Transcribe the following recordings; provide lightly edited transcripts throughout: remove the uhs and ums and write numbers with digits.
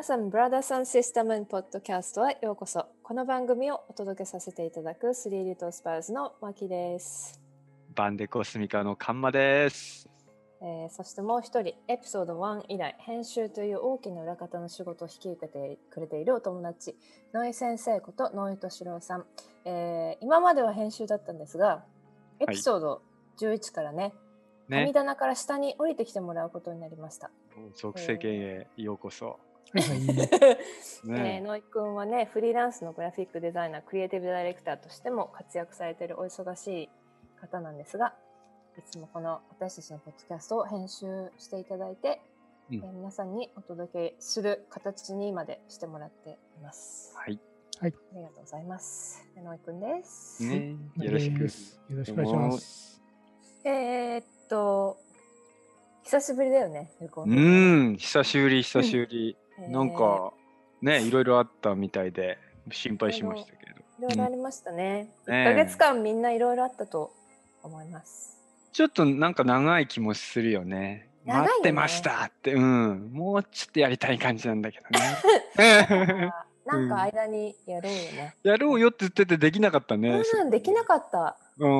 さん、ブラダーさんシステムポッドキャストへようこそ。この番組をお届けさせていただくスリーリトルスパイスのマキです。 バンデコスミカのカンマです。 そしてもう一人、エピソード1以来、編集という大きな裏方の仕事を引き受けてくれているお友達、野井先生こと野井敏郎さん。今までは編集だったんですが、エピソード11からね、神棚から下に降りてきてもらうことになりました。 属世間へようこそ。 野井くんはね、フリーランスのグラフィックデザイナー、クリエイティブダイレクターとしても活躍されているお忙しい方なんですが、いつもこの私たちのポッドキャストを編集していただいて、皆さんにお届けする形にまでしてもらっています。 はい。 ありがとうございます。野井くんです。 ね、よろしくお願いします。 久しぶりだよね。 久しぶり。なんかね、いろいろあったみたいで心配しましたけど。 いろいろありましたね。1ヶ月間みんないろいろあったと思います。 ちょっとなんか長い気もするよね。待ってましたって、もうちょっとやりたい感じなんだけどね。 なんか間にやろうよね。 やろうよって言っててできなかったね。 できなかった。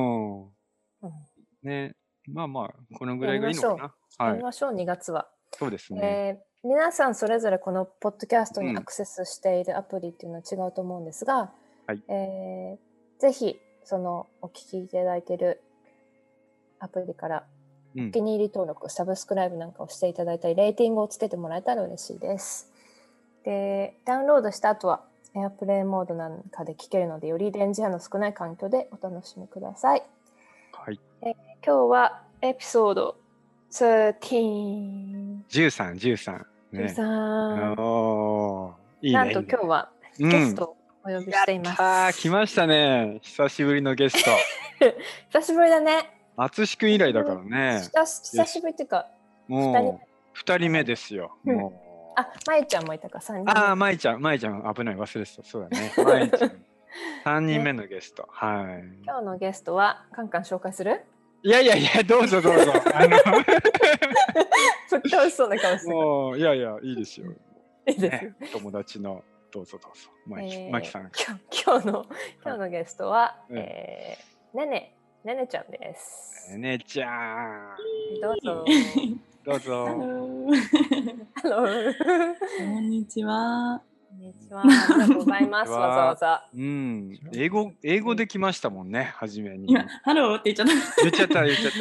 ね、まあまあこのぐらいがいいのかな。 やりましょう、2月は。 そうですね。 皆さんそれぞれこのポッドキャストにアクセスしているアプリっていうのは違うと思うんですが、ぜひそのお聞きいただいているアプリからお気に入り登録、サブスクライブなんかをしていただいたり、レーティングをつけてもらえたら嬉しいです。で、ダウンロードした後はエアプレイモードなんかで聞けるので、より電磁波の少ない環境でお楽しみください。 はい。 今日はエピソード13。 13。 ね、 いいね。 なんと今日はゲストをお呼びしています。 来ましたね。久しぶりのゲスト。 久しぶりだね。 淳くん以来だからね。 久しぶりっていうか、 2人目ですよ。 まいちゃんもいたか、3人目。 まいちゃん、危ない、忘れてた。そうだね。まいちゃん。3人目のゲスト。はい。 今日のゲストは、カンカン紹介する？ いや、どうぞ。 ぶっ倒しそうな顔してた。いいですよ。 いいです。 友達のどうぞ。マキさん。 今日のゲストは、ねねちゃんです。 ねねちゃん。 どうぞ。 ハロー。こんにちは。 ありがとうございます。わざわざ。 英語で来ましたもんね、初めに。 ハローって言っちゃった。 言っちゃった。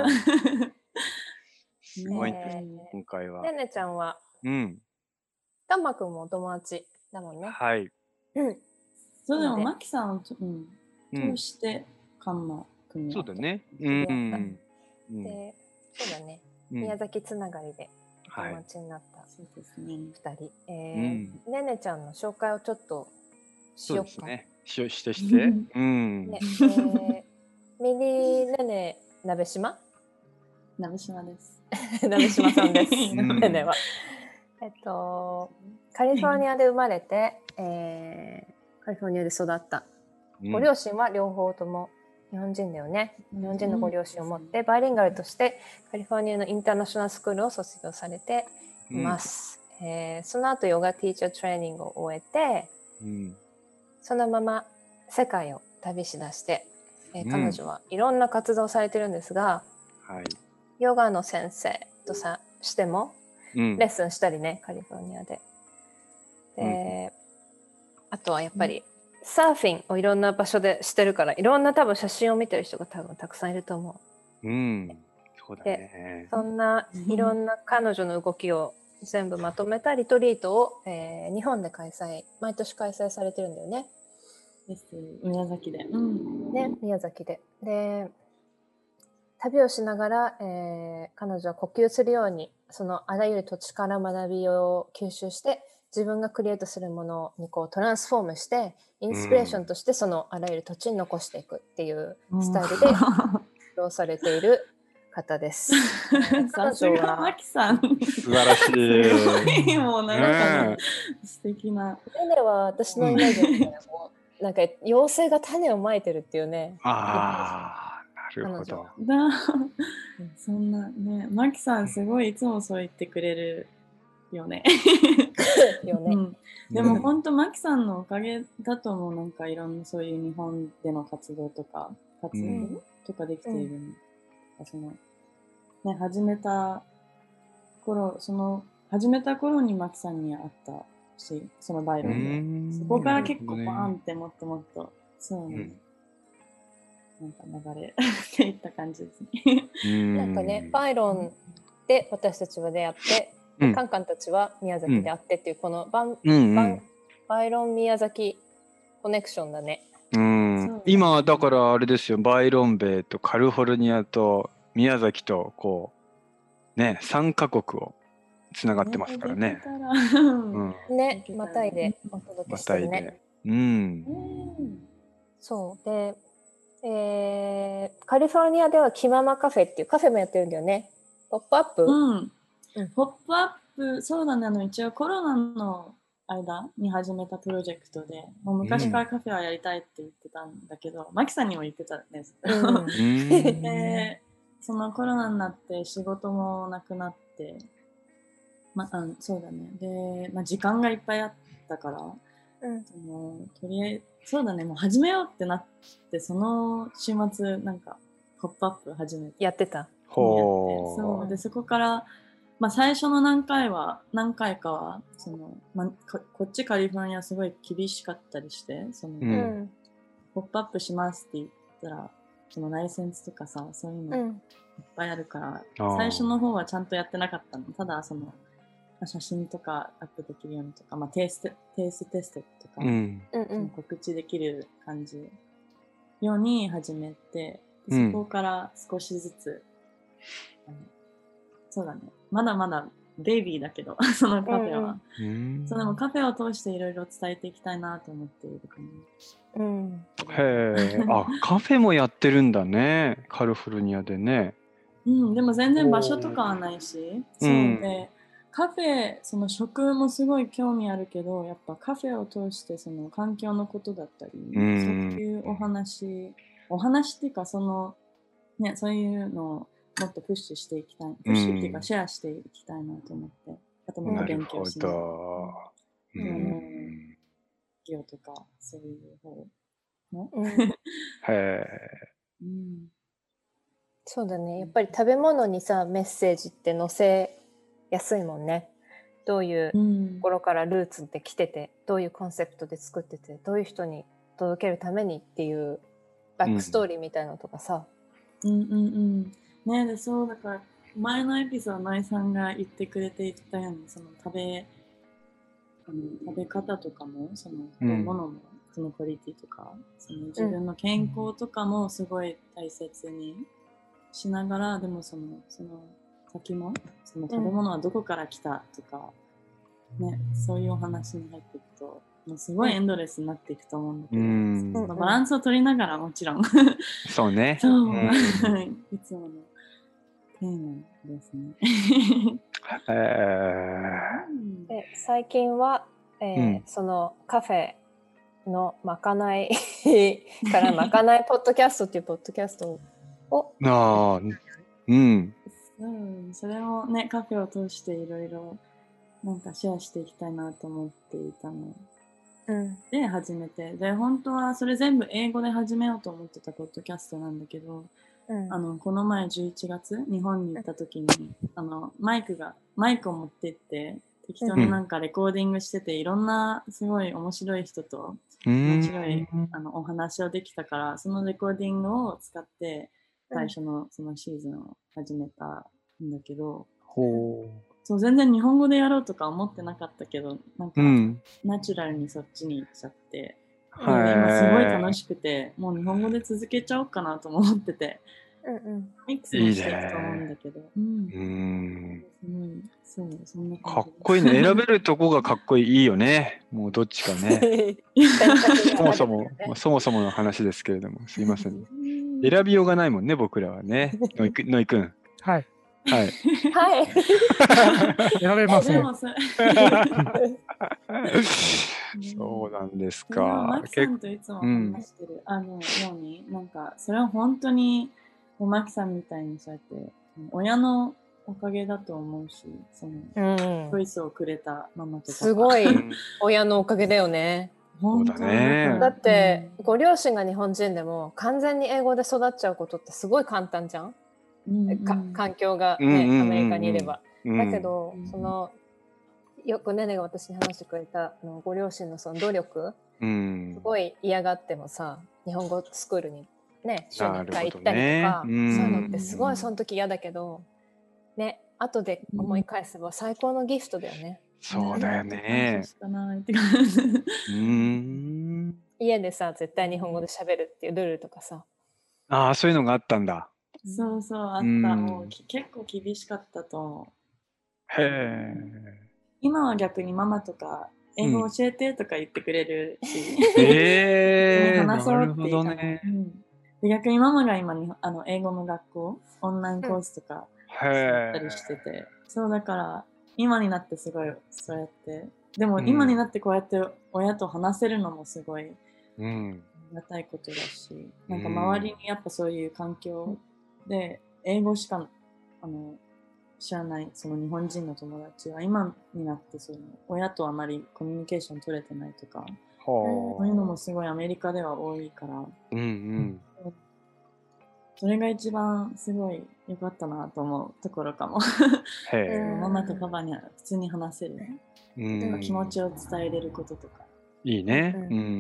すごいね、今回は。 ねねちゃんは、たんまくんもお友達だもんね。 はい。 そうでも、まきさんを通してかんまくん。 そうだね。 で、そうだね。宮崎つながりでお友達になった2人。ねねちゃんの紹介をちょっとしようか。 そうですね。して。 ミニねね鍋島です。 鍋島さんです。ねねは。カリフォルニアで生まれて、カリフォルニアで育った。ご両親は両方とも日本人だよね。日本人のご両親を持って、バイリンガルとしてカリフォルニアのインターナショナルスクールを卒業されています。その後ヨガティーチャートレーニングを終えて、そのまま世界を旅しだして、彼女はいろんな活動をされてるんですが、ヨガの先生としてもレッスンしたりね、カリフォルニアで。あとはやっぱりサーフィンをいろんな場所でしてるから、いろんな多分写真を見てる人が多分たくさんいると思う。 そうだね。 そんないろんな彼女の動きを全部まとめたリトリートを、日本で毎年開催されてるんだよね。 宮崎で。 宮崎で。で、旅をしながら、彼女は呼吸するように、そのあらゆる土地から学びを吸収して、自分がクリエイトするものにこうトランスフォームして、インスピレーションとしてそのあらゆる土地に残していくっていうスタイルで活動されている方です。 さすがマキさん。 素晴らしい。 もうなんか素敵な。 ねねは私のイメージでなんか妖精が種をまいてるっていうね。 なるほど。 そんなね、マキさんすごいいつもそう言ってくれるよね。 よね。 でも本当マキさんのおかげだと思う。なんかいろんなそういう日本での活動とかとかできているの。そのね、始めた頃にマキさんに会ったし、そのバイロンで。そこから結構バーンってもっと、そうね。なんか流れていった感じですね。 なんかね、バイロンで私たちは出会って、カンカンたちは宮崎で会ってっていう、このバイロン宮崎コネクションだね。 今だからあれですよ、バイロンベイとカリフォルニアと宮崎とこうね、3カ国をつながってますからね。 ね、またいでお届けしてるね。そうで、カリフォルニアではキママカフェっていうカフェもやってるんだよね。ポップアップ？ ポップアップ、そうだね。一応コロナの間に始めたプロジェクトで、もう昔からカフェはやりたいって言ってたんだけど、マキさんにも言ってたんですけど、で、そのコロナになって仕事もなくなって、そうだね。で、時間がいっぱいあったから、とりあえず、そうだね、もう始めようってなって、その週末、なんか、ポップアップ始めて。 やってた。 そうで、そこから、最初の何回かは、こっちカリフォルニアすごい厳しかったりして、ポップアップしますって言ったら、そのライセンスとかさ、そういうのいっぱいあるから、最初の方はちゃんとやってなかったの。ただ、写真とかアップできるようにとか、テイストテストとか、告知できる感じように始めて、そこから少しずつ、そうだね、まだまだベイビーだけど、そのカフェは。そうでもカフェを通していろいろ伝えていきたいなと思っている感じ。へえ、カフェもやってるんだね、カリフォルニアでね。 でも全然場所とかはないし、そうで、カフェ、食もすごい興味あるけど、やっぱカフェを通して環境のことだったり、そういうお話っていうか、ね、そういうのをもっとプッシュしていきたい。プッシュっていうか、シェアしていきたいなと思って、あともっと勉強しながら。業とか、そういう方の。 へえ。 そうだね。やっぱり食べ物にさ、メッセージって載せやすいもんね。どういうところからルーツで来てて、どういうコンセプトで作ってて、どういう人に届けるためにっていうバックストーリーみたいなのとかさ。 ね、で、そうだから前のエピソードノイさんが言ってくれていたように、食べ方とかも、食べ物も、そのクオリティとか、自分の健康とかもすごい大切にしながら、でもその先も、食べ物はどこから来たとか、ね、そういうお話に入っていくと、もうすごいエンドレスになっていくと思うんだけど、バランスを取りながらもちろん。 そうね。 そう。いつものテーマですね。 で最近は、そのカフェのまかないからまかないポッドキャストっていうポッドキャストをそれもね、カフェを通していろいろなんかシェアしていきたいなと思っていたので始めて、で本当はそれ全部英語で始めようと思ってたポッドキャストなんだけど、この前11月日本に行った時にマイクを持ってって適当になんかレコーディングしてて、いろんなすごい面白い人と面白いお話をできたから、そのレコーディングを使って最初のそのシーズンを始めたんだけど、そう全然日本語でやろうとか思ってなかったけど、なんかナチュラルにそっちに行っちゃって、今すごい楽しくて、もう日本語で続けちゃおうかなと思ってて、ミックスもしていくと思うんだけど、そうそんな感じ。 かっこいいね。選べるとこがかっこいいよね。もうどっちかね。そもそもの話ですけれども、すいません。選びようがないもんね、僕らはね。のいくん。 はい。 はい。 選べますね。 そうなんですか。 マキさんといつも話してるように、なんかそれは本当にマキさんみたいにそうやって親のおかげだと思うし、そのチョイスをくれたママとか。 すごい親のおかげだよね。 本当そうだね。 だって、ご両親が日本人でも完全に英語で育っちゃうことってすごい簡単じゃん、環境がね、アメリカにいれば。だけど、そのよくねねが私に話してくれたご両親のその努力、すごい嫌がってもさ、日本語スクールにね、週に1回行ったりとか、そういうのってすごいその時嫌だけど、ね、後で思い返せば最高のギフトだよね。 そうだよね。 家でさ、絶対日本語で喋るっていうルールとかさ。 ああ、そういうのがあったんだ。 そうそう、あった。もう結構厳しかったと思う。 へえ。 今は逆にママとか英語教えてとか言ってくれるし、話そうっていうか、で逆にママが今に英語の学校、オンラインコースとかやったりしてて、そうだから今になってすごいそうやって、でも今になってこうやって親と話せるのもすごいありがたいことだし、なんか周りにやっぱそういう環境で英語しか知らないその日本人の友達は今になってその親とあまりコミュニケーション取れてないとか、そういうのもすごいアメリカでは多いから、それが一番すごい良かったなと思うところかも。ママとパパには普通に話せる、とか気持ちを伝えれることとか。 いいね。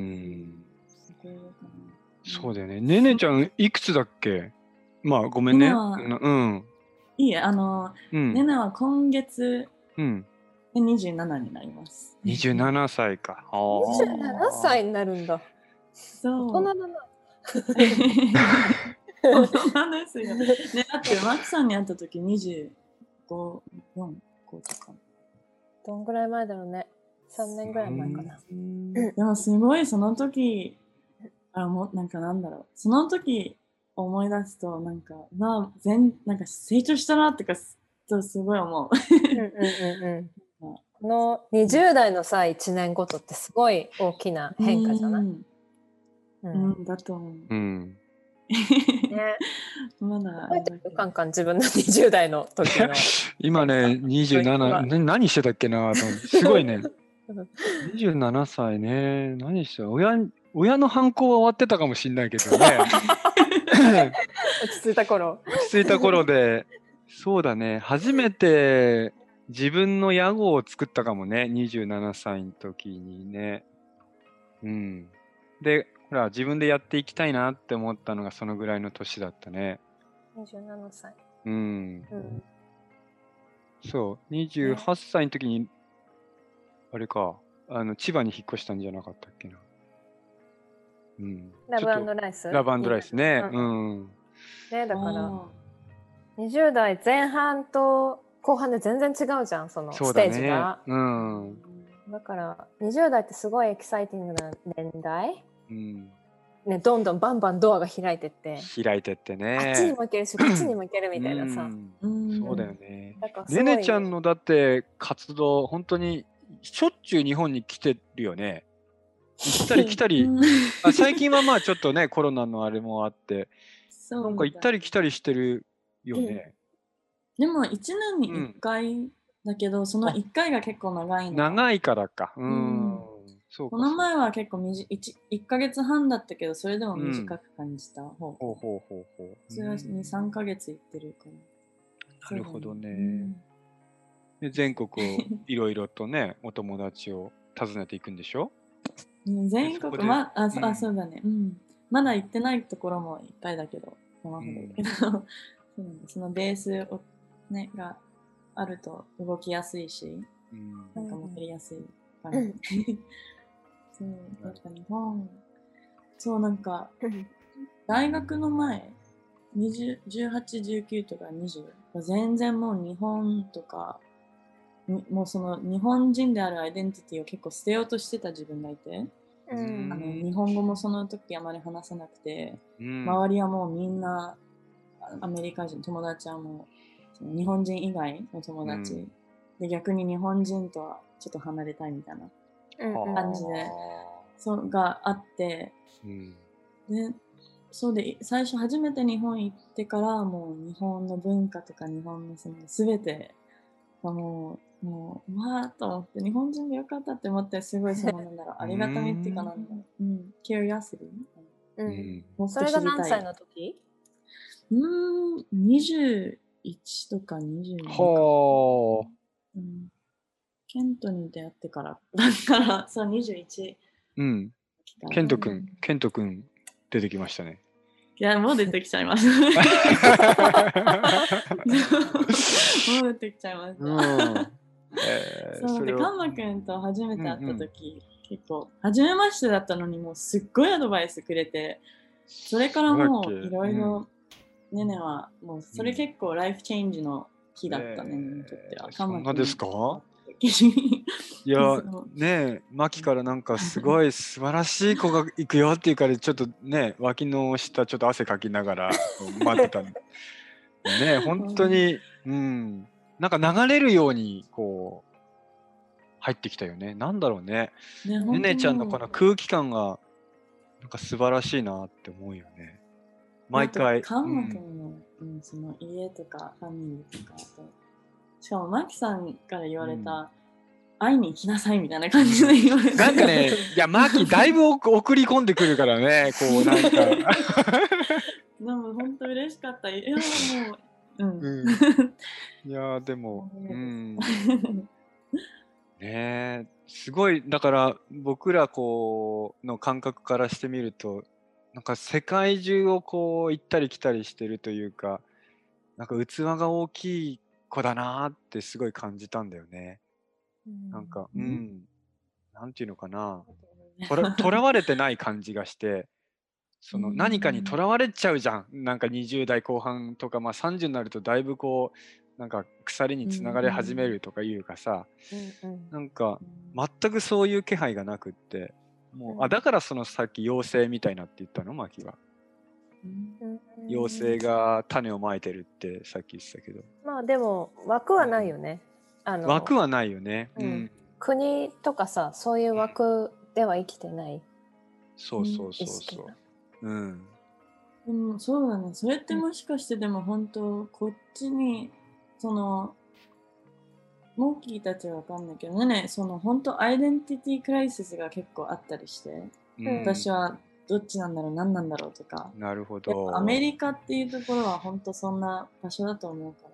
そうだよね。ねねちゃんいくつだっけ？まあごめんね。 いいえ、ねねは今月27になります。 27歳か。 27歳になるんだ。 そう。 大人だな。 大人ですよ。ね、だってマキさんに会った時25、4、5とか。 どんぐらい前だろうね。3年ぐらい前かな。 でもすごいその時、なんかなんだろう。その時思い出すと、なんか、なんか成長したなってか、すごい思う。 この20代のさ、1年ごとってすごい大きな変化じゃない？ だと思う。 ね、 まだ覚えてる？カンカン自分の20代の時の。 今ね、27、何してたっけなと思って、すごいね。27歳ね、何してた？親の反抗は終わってたかもしれないけどね。 落ち着いた頃。 落ち着いた頃で、そうだね、初めて自分の屋号を作ったかもね、27歳の時にね。で、ほら、自分でやっていきたいなって思ったのがそのぐらいの年だったね。 27歳。 そう、28歳の時に、あれか、千葉に引っ越したんじゃなかったっけな。 ラブ&ライス？ ラブ&ライスね。 ね、だから、20代前半と後半で全然違うじゃん、そのステージが。だから、20代ってすごいエキサイティングな年代。ね、どんどんバンバンドアが開いてってね。 あっちにも行けるしこっちにも行けるみたいなさ。 そうだよね。ねねちゃんのだって活動本当にしょっちゅう日本に来てるよね。行ったり来たり最近はまあちょっとねコロナのあれもあってなんか行ったり来たりしてるよね。 でも1年に1回だけど、その1回が結構長いの。 長いからか。 この前は結構1ヶ月半だったけど、それでも短く感じた方。それは2、3ヶ月行ってるから。 なるほどね。で全国をいろいろとね、お友達を訪ねていくんでしょ？ 全国、そうだね。まだ行ってないところもいっぱいだけど、山ほどだけど、そのベースをね、があると動きやすいし、なんか戻りやすい感じ。そう、なんか日本、そうなんか、大学の前、18、19とか20、全然もう日本とか、もうその日本人であるアイデンティティを結構捨てようとしてた自分がいて、日本語もその時あまり話せなくて、周りはもうみんなアメリカ人、友達はもう日本人以外の友達、で逆に日本人とはちょっと離れたいみたいな感じで、そうがあって、でそうで、最初初めて日本行ってから、もう日本の文化とか日本のその全てがもう、わーっと思って、日本人でよかったって思って、すごいその、なんだろう、ありがたみっていうかなんだろう、curiosity。 もっと知りたい。それが何歳の時 ？21とか22か。 はあ。 ケントに出会ってから、だから、そう、21。 ケント君出てきましたね。 いや、もう出てきちゃいます。もう出てきちゃいました。そうで、カンマ君と初めて会った時、結構初めましてだったのに、もうすっごいアドバイスくれて、それからもういろいろねねはもうそれ結構ライフチェンジの日だったね、にとっては。 そんなですか？ いやね、マキからなんかすごい素晴らしい子が行くよっていうからちょっとね、脇の下ちょっと汗かきながら待ってたね、本当になんか流れるようにこう入ってきたよね。なんだろうね。ねねちゃんのこの空気感がなんか素晴らしいなって思うよね。毎回。 カンマ君の、その家とかファミリーとかしかもマキさんから言われた、会いに行きなさいみたいな感じで言われて、 なんかね、いやマキだいぶ送り込んでくるからね、こうなんかでも本当嬉しかった。いやもういやでもね、すごいだから僕らこうの感覚からしてみると、なんか世界中をこう行ったり来たりしてるというか、なんか器が大きい子だなってすごい感じたんだよね。なんかなんていうのかな、とらわれてない感じがして、その何かにとらわれちゃうじゃん。なんか20代後半とか、30になるとだいぶこうなんか鎖につながれ始めるとかいうかさ、なんか全くそういう気配がなくって、もうだからそのさっき妖精みたいなって言ったの、マキは。妖精が種をまいてるってさっき言ってたけど、 まあでも枠はないよね。 枠はないよね。 国とかさ、そういう枠では生きてない。 そう。 でもそうだね。それってもしかしてでも本当こっちにそのモーキーたちはわかんないけどね、その本当アイデンティティクライシスが結構あったりして、私はどっちなんだろう、何なんだろうとか。 なるほど。 アメリカっていうところは本当そんな場所だと思うから、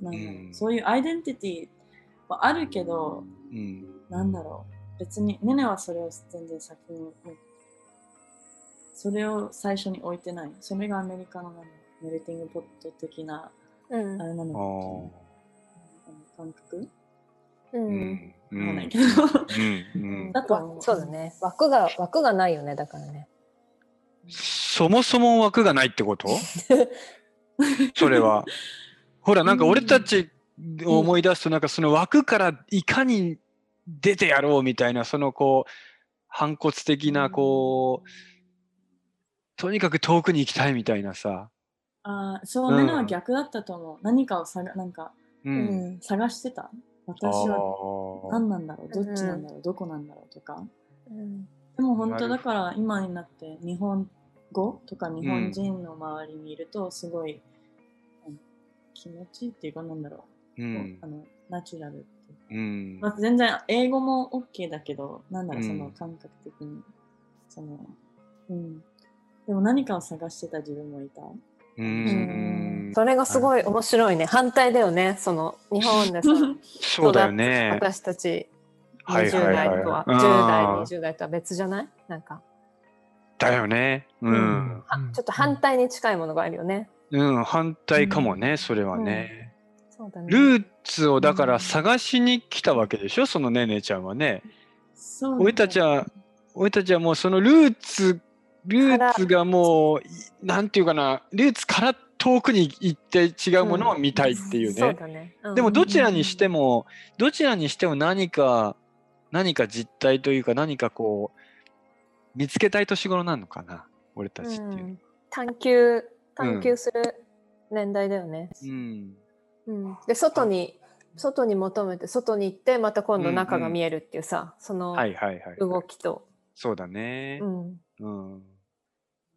そういうアイデンティティはあるけど、なんだろう、別にネネはそれを全然先にそれを最初に置いてない。それがアメリカのメルティングポット的な、あれなの感覚ないけどだとそうだね。枠がないよね、だからね。 そもそも枠がないってことそれは。ほら、なんか俺たちを思い出すと、なんかその枠からいかに出てやろうみたいな、そのこう、反骨的な、こう、とにかく遠くに行きたいみたいなさ。 そうね、は逆だったと思う。何かをなんか、探してた。私は何なんだろう、どっちなんだろう、どこなんだろうとか。でも本当だから今になって日本語とか日本人の周りにいるとすごい、気持ちいいっていうかなんだろう、ナチュラルっていうか、全然英語も OK だけど、なんだろう、その感覚的にそのでも何かを探してた自分もいた。 それがすごい面白いね。反対だよね。その日本でそうだよね。 私たち20代とは10代20代とは別じゃない？なんかだよね。 ちょっと反対に近いものがあるよね。 反対かもね、それはね。ルーツをだから探しに来たわけでしょ、そのねねちゃんはね。俺たちはもうそのルーツがもうなんていうかな、ルーツから遠くに行って違うものを見たいっていうね。でもどちらにしても何か実態というか何かこう見つけたい年頃なのかな、俺たちっていう。 探求する年代だよね。で外に求めて外に行ってまた今度中が見えるっていうさ、その動きと。 そうだね。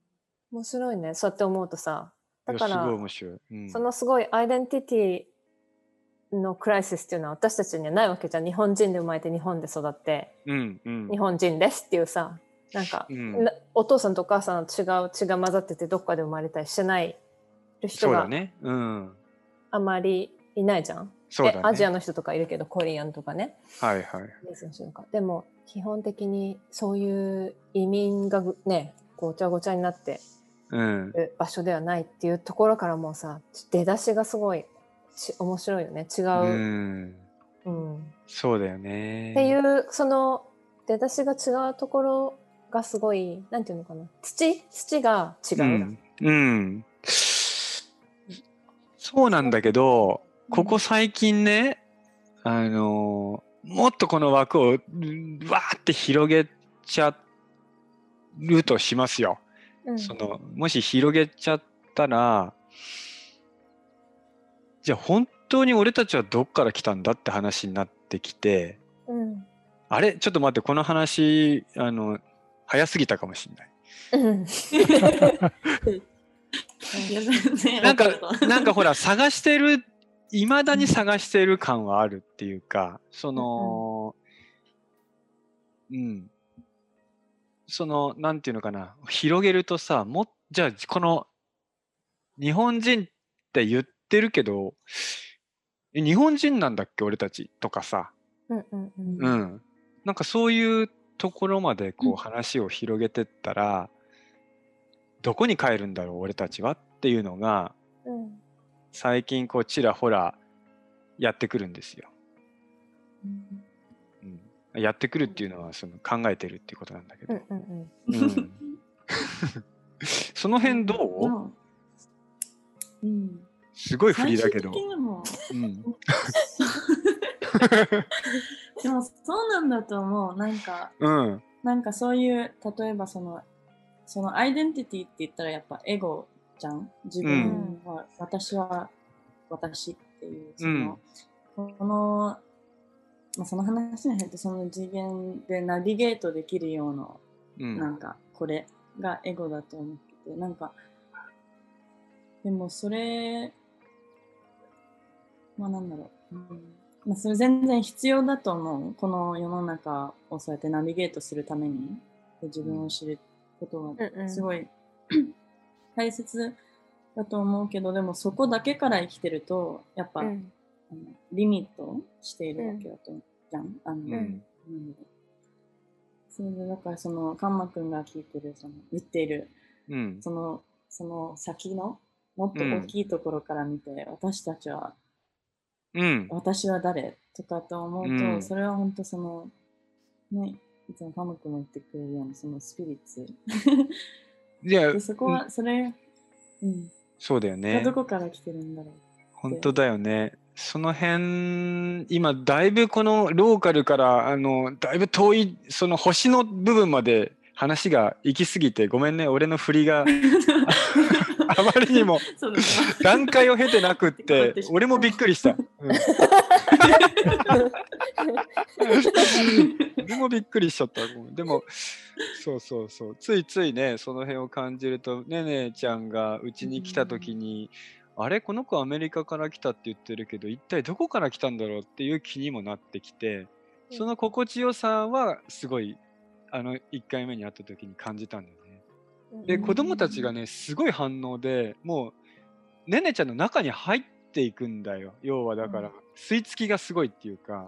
面白いね。そうやって思うとさ。だかすごいら、 面白い。うん、 そのすごいアイデンティティのクライシスっていうのは私たちにはないわけじゃん。日本人で生まれて日本で育って、 うんうん、 日本人ですっていうさ、なんか、 うん、 お父さんとお母さんの違う血が混ざっててどっかで生まれたりしてない人がそうだね。うん。 あまりいないじゃん。 そうだね。 アジアの人とかいるけど、コリアンとかね。 はいはい。 でも、基本的にそういう移民がね、ごちゃごちゃになってる場所ではないっていうところからもうさ、出だしがすごい面白いよね。違う。 うん。そうだよね。 っていう、その出だしが違うところがすごい、なんていうのかな。土が違う。 うん。そうなんだけど、ここ最近ね、もっとこの枠をわーって広げちゃうとしますよ。もし広げちゃったら、じゃあ本当に俺たちはどっから来たんだって話になってきて、あれちょっと待って、この話早すぎたかもしれない。なんかほら探してる、未だに探してる感はあるっていうか、なんていうのかな、広げるとさ、じゃあこの日本人って言ってるけど、日本人なんだっけ俺たちとかさ、なんかそういうところまでこう話を広げてったら、どこに帰るんだろう俺たちはっていうのが、最近こうちらほらやってくるんですよ。やってくるっていうのはその考えてるっていうことなんだけど、その辺どう？すごい振りだけど。 でもそうなんだと思う。なんかそういう例えばそのアイデンティティって言ったらやっぱエゴじゃん。自分は、私は私っていうその話に入ってその次元でナビゲートできるような、なんかこれがエゴだと思ってて、なんかでもそれなんだろう、それ全然必要だと思う。この世の中をそうやってナビゲートするために自分を知ることがすごい大切だと思うけど、でもそこだけから生きてるとやっぱ、リミットしているわけだと思うじゃん。それでだからそのカンマ君が聞いてる言っている、その先のもっと大きいところから見て、私たちは私は誰とかと思うと、それは本当そのね、いつもカム君も言ってくれるようなそのスピリッツで、そこはそれ、 そうだよね。 どこから来てるんだろう。 本当だよね。その辺今だいぶこのローカルからだいぶ遠いその星の部分まで話が行き過ぎてごめんね、俺の振りがあまりにも段階を経てなくって俺もびっくりした。俺もびっくりしちゃった。でもそうついついねその辺を感じると、ねねちゃんがうちに来た時に、あれこの子アメリカから来たって言ってるけど一体どこから来たんだろうっていう気にもなってきて、その心地よさはすごい1回目に会った時に感じたんだよね。で子供たちがねすごい反応で、もうねねちゃんの中に入っていくんだよ。要はだから吸い付きがすごいっていうか、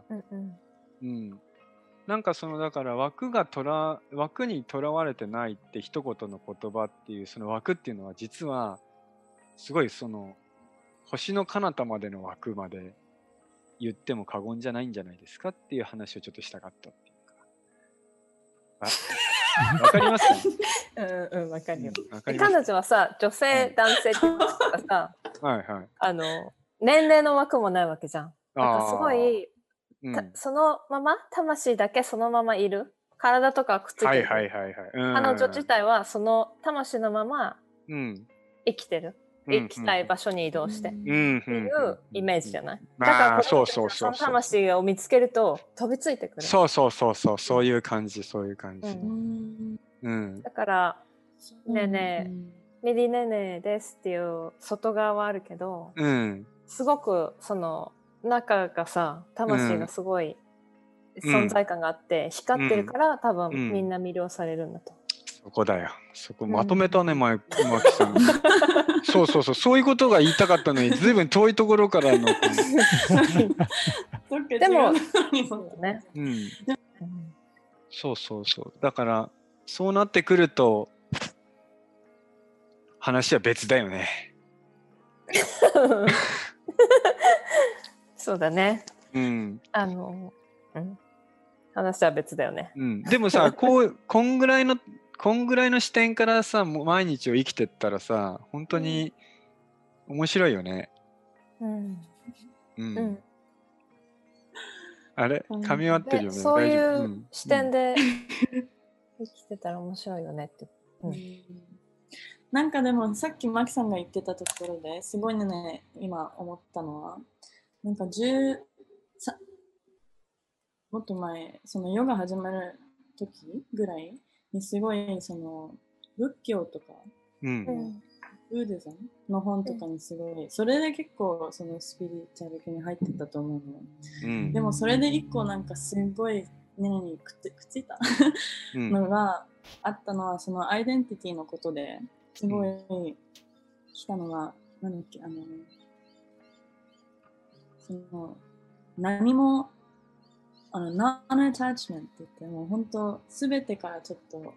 なんかだから枠にとらわれてないって一言の言葉っていうその枠っていうのは実はすごい星の彼方までの枠まで言っても過言じゃないんじゃないですかっていう話をちょっとしたかったっていうか。わかりますか？ わかるよ。彼女はさ、女性、男性とかさ、年齢の枠もないわけじゃん。なんかすごい、そのまま魂だけそのままいる。体とかくっついてる。彼女自体はその魂のまま生きてる。行きたい場所に移動してっていうイメージじゃない？だからその魂を見つけると飛びついてくる。 そういう感じ。だからねえねミリネネですっていう外側はあるけど、 うん、 すごくその中がさ、魂がすごい存在感があって、光ってるから、多分みんな魅了されるんだと。 そこだよ。そこまとめたね、マキさん。そうそうそう、そういうことが言いたかったのに、ずいぶん遠いところからの。 でも、そうね。 そうそうそう。だから、そうなってくると、話は別だよね。 そうだね。 うん。 話は別だよね。 でもさ、こんぐらいの視点からさ、もう毎日を生きてったらさ、本当に面白いよね。あれ噛み合ってるよね。 そういう視点で生きてたら面白いよねって。 なんかでもさっきマキさんが言ってたところですごいね、今思ったのは、なんかもっと前、そのヨガ始まる時ぐらいにすごいその仏教とか、ブーディズムの本とかにすごい、それで結構そのスピリチュアル系に入ってたと思うの。でもそれで一個なんかすごいにくっついたのがあったのは、そのアイデンティティのことですごい来たのが、なんだっけ、その何もノンアタッチメントって言ってもう本当すべてからちょっと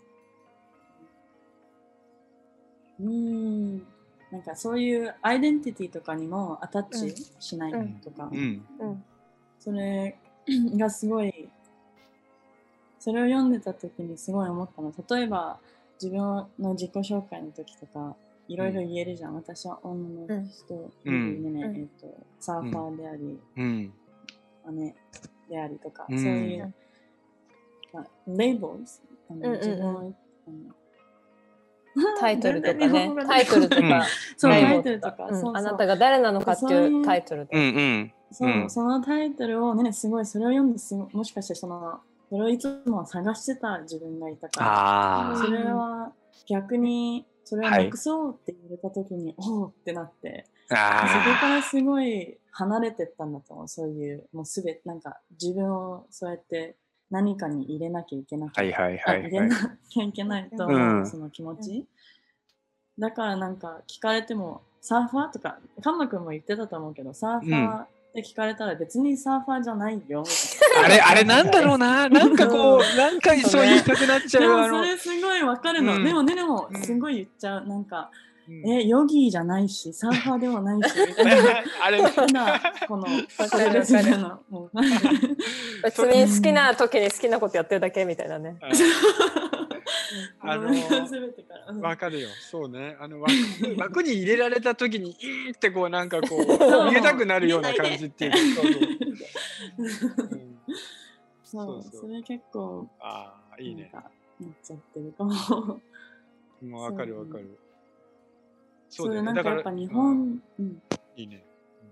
なんかそういうアイデンティティとかにもアタッチしないとか、それがすごい、それを読んでた時にすごい思ったの。例えば自分の自己紹介の時とかいろいろ言えるじゃん。私は女の人、サーファーであり、姉でありとか、そういう、レイボーズ、自分をタイトルとかね、タイトルとか、 そうタイトルとか、 あなたが誰なのかっていうタイトルで、 そのタイトルをね、すごいそれを読んでもしかしてそれをいつも探してた自分がいたから、それは逆にそれをなくそうって言われた時に、おおってなって、そこからすごい離れてったんだと思う。そういうもうすべてなんか自分をそうやって何かに入れなきゃいけなくて、入れなきゃいけないと思う、その気持ち。だからなんか聞かれてもサーファーとか、カンマ君も言ってたと思うけど、サーファーって聞かれたら別にサーファーじゃないよ。 あれなんだろうな。なんかこう、なんかそう言いたくなっちゃう。 でもそれすごいわかるの。でもすごい言っちゃう。なんか、ヨギーじゃないし、サーファーでもないし、みたいな。あれこの、 別に好きな時に好きなことやってるだけみたいなね。 わかるよ。そうね。枠に入れられた時に、ってこうなんかこう、逃げたくなるような感じっていう。 そう、それ結構、 いいね。 なっちゃってるかも。 わかるわかる。 そうで、なんかやっぱ日本、 いいね。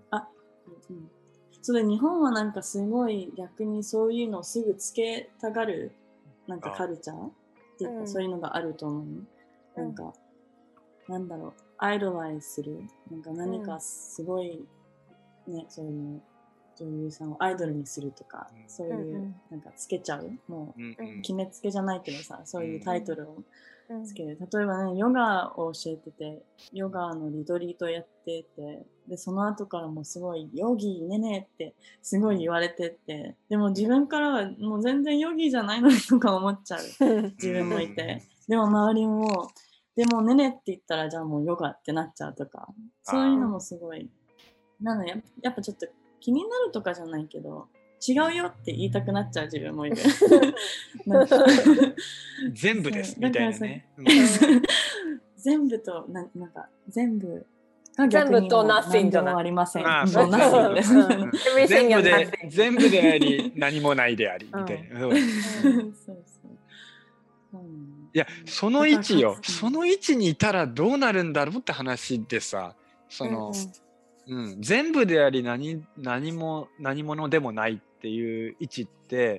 それ日本はなんかすごい逆にそういうのをすぐつけたがるなんかカルチャーっていうかそういうのがあると思う。なんかなんだろう、アイドライズする、なんか何かすごいね、そういうの女優さんをアイドルにするとか、そういうなんかつけちゃう、もう決めつけじゃないけどさ、そういうタイトルをつける。例えばね、ヨガを教えてて、ヨガのリトリートやってて、でその後からもすごいヨギーねねってすごい言われてて、でも自分からはもう全然ヨギーじゃないのにとか思っちゃう自分もいて、でも周りもでもねねって言ったらじゃあもうヨガってなっちゃうとか、そういうのもすごいなので、やっぱちょっと気になるとかじゃないけど、違うよって言いたくなっちゃう自分もいる。 全部ですみたいなね。 全部となんか全部全部と nothing じゃない。 ありません。 全部であり何もないでありみたいな。いや、その位置よ。その位置にいたらどうなるんだろうって話でさ、全部であり何者でもないっていう位置って、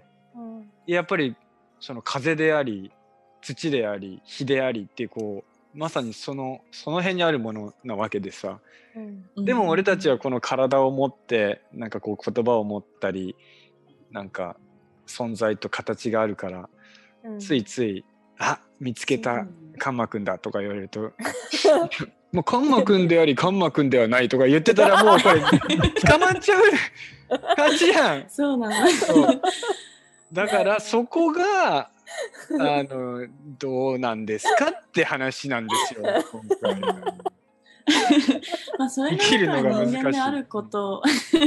やっぱりその風であり土であり火でありっていうこうまさにその辺にあるものなわけでさ、でも俺たちはこの体を持ってなんかこう言葉を持ったりなんか存在と形があるから、ついつい見つけたカンマくんだとか言われるともうカンマくんでありカンマくんではないとか言ってたらもうこれ捕まっちゃう感じやん。 そうなの。 だからそこがどうなんですかって話なんですよ今回。 まあそれが人間であること、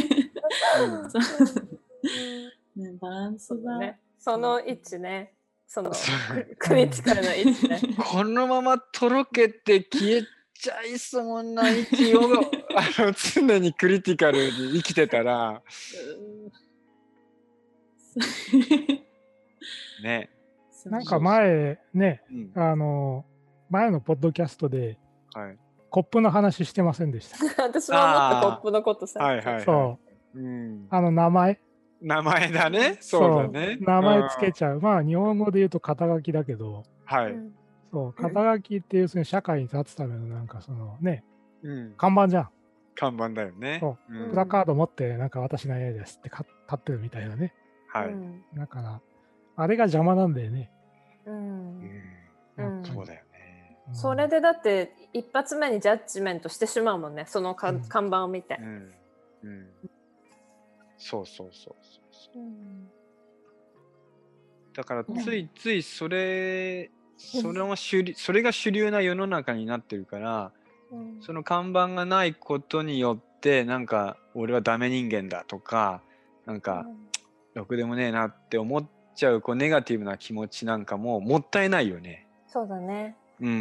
ね、バランスだ、 ね、その位置ね、そのクリティカルな位置ね。 このままとろけて消えちゃいそうな位置を常にクリティカルに生きてたらね。 なんか前ね、前のポッドキャストで、コップの話してませんでした。 私も思ったコップのことさ。 そう。名前だね。そうだね。 名前つけちゃう。まあ日本語で言うと肩書きだけど、そう、肩書きっていう社会に立つためのなんかそのね、看板じゃん。 看板だよね。 そう。プラカード持ってなんか私の家ですって立ってるみたいなね。だからあれが邪魔なんだよね。 そうだよね。 それでだって一発目にジャッジメントしてしまうもんね、その看板を見て。 そう。だからついついそれが主流な世の中になってるから、その看板がないことによってなんか俺はダメ人間だとかなんかろくでもねえなって思っちゃうネガティブな気持ちなんかももったいないよね。 そうだね。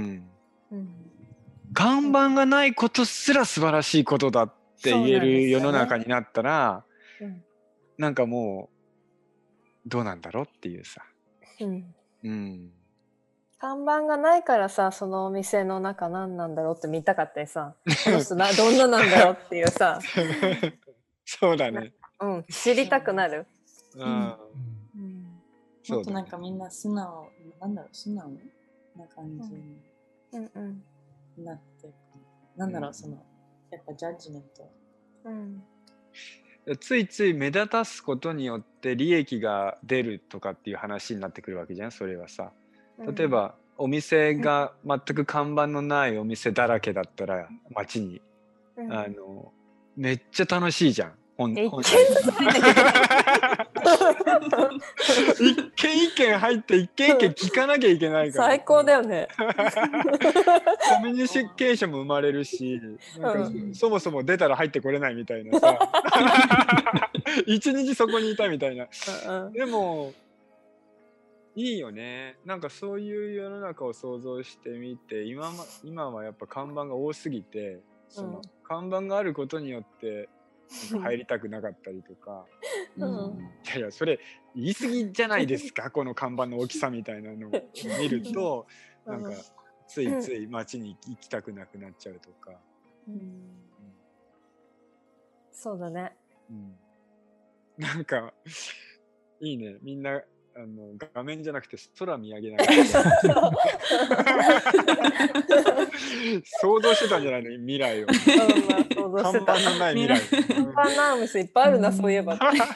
看板がないことすら素晴らしいことだって言える世の中になったら、なんかもうどうなんだろうっていうさ。 看板がないからさ、そのお店の中何なんだろうって見たかったりさ、この人どんななんだろうっていうさ。 そうだね。 知りたくなる。 もっとなんかみんな素直な感じになってなんだろう、そのやっぱジャッジメント、 ついつい目立たすことによって利益が出るとかっていう話になってくるわけじゃん。それはさ、例えばお店が全く看板のないお店だらけだったら街にめっちゃ楽しいじゃん。一軒一軒入って一軒一軒聞かなきゃいけないから最高だよね。 コミュニケーションも生まれるし、なんかそもそも出たら入ってこれないみたいなさ一日そこにいたみたいなでもいいよね。なんかそういう世の中を想像してみて、今はやっぱ看板が多すぎて、その看板があることによって入りたくなかったりとか、いやそれ言い過ぎじゃないですかこの看板の大きさみたいなのを見るとなんかついつい街に行きたくなくなっちゃうとか。 そうだね。 なんかいいね、みんな画面じゃなくて空見上げながら想像してたんじゃないの未来を。看板のない未来。 看板のある店いっぱいあるな、そういえば。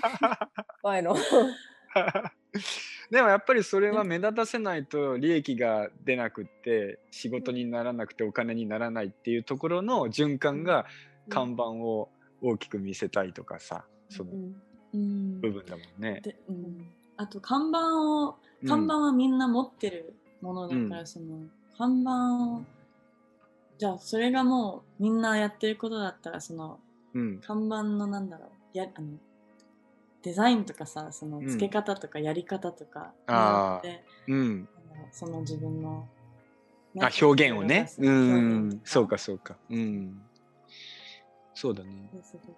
でもやっぱりそれは目立たせないと利益が出なくって仕事にならなくてお金にならないっていうところの循環が看板を大きく見せたいとかさ、その部分だもんね。 あと看板はみんな持ってるものだから、その看板をじゃあそれがもうみんなやってることだったら、その、看板のなんだろうデザインとかさ、その付け方とかやり方とかによって、その自分の、 ね、表現をね、そうかそうか、そうだね。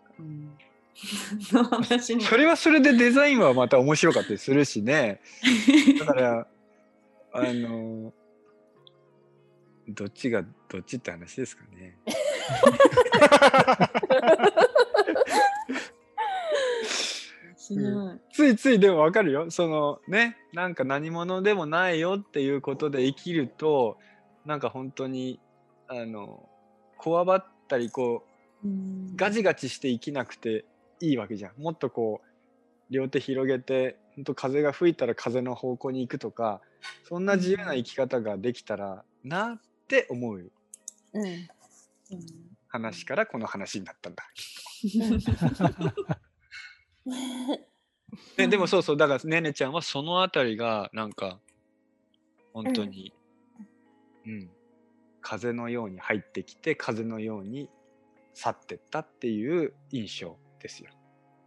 それはそれでデザインはまた面白かったりするしね。だからどっちって話ですかね。ついついでも分かるよ。そのね、なんか何者でもないよっていうことで生きるとなんか本当にこわばったりこうガチガチして生きなくていいわけじゃん。もっとこう両手広げて本当風が吹いたら風の方向に行くとか、そんな自由な生き方ができたらなって思う、話からこの話になったんだ。でもそうそう、だからねねちゃんはそのあたりがなんか本当に、風のように入ってきて風のように去ってったっていう印象ですよ。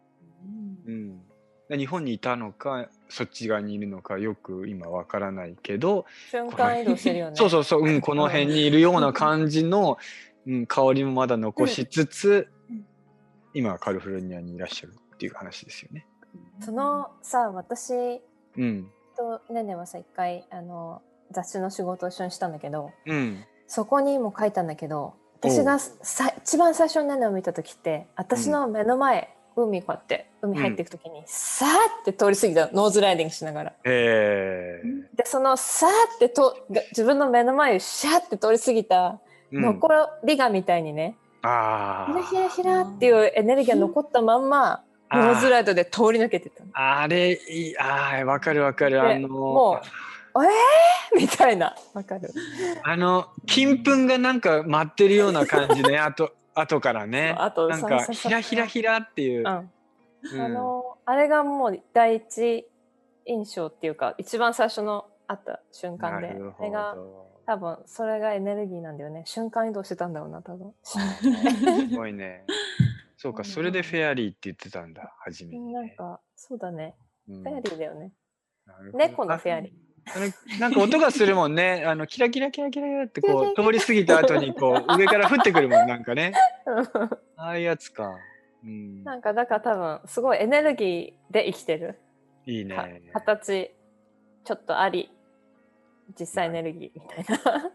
日本にいたのかそっち側にいるのかよく今わからないけど、 瞬間移動してるよね。 そう、この辺にいるような感じの、香りもまだ残しつつ、今はカリフォルニアにいらっしゃるっていう話ですよね。 そのさ、私とねねはさ、一回雑誌の仕事を一緒にしたんだけど、そこにも書いたんだけど、私が一番最初にねねを見た時って、私の目の前、海こうやって海入っていく時に、さーって通り過ぎた、ノーズライディングしながら。でそのさーって自分の目の前をシャーって通り過ぎた残りがみたいにね、ひらひらひらっていうエネルギーが残ったまんまノーズライドで通り抜けてた。 あれわかるわかる。 もうみたいな、わかる。 金粉がなんか舞ってるような感じね。後からね、なんかひらひらひらっていう、 あれがもう第一印象っていうか一番最初のあった瞬間で、あれが多分それがエネルギーなんだよね。瞬間移動してたんだろうな、多分。すごいね。そうか、それでフェアリーって言ってたんだ、初めに。 なんかそうだね、フェアリーだよね。猫のフェアリー。 なんか音がするもんね。キラキラキラキラってこう通り過ぎた後にこう上から降ってくるもん、なんかね。ああいうやつか。 なんかだから多分すごいエネルギーで生きてる。 いいね。 形ちょっとあり、実際エネルギーみたいな。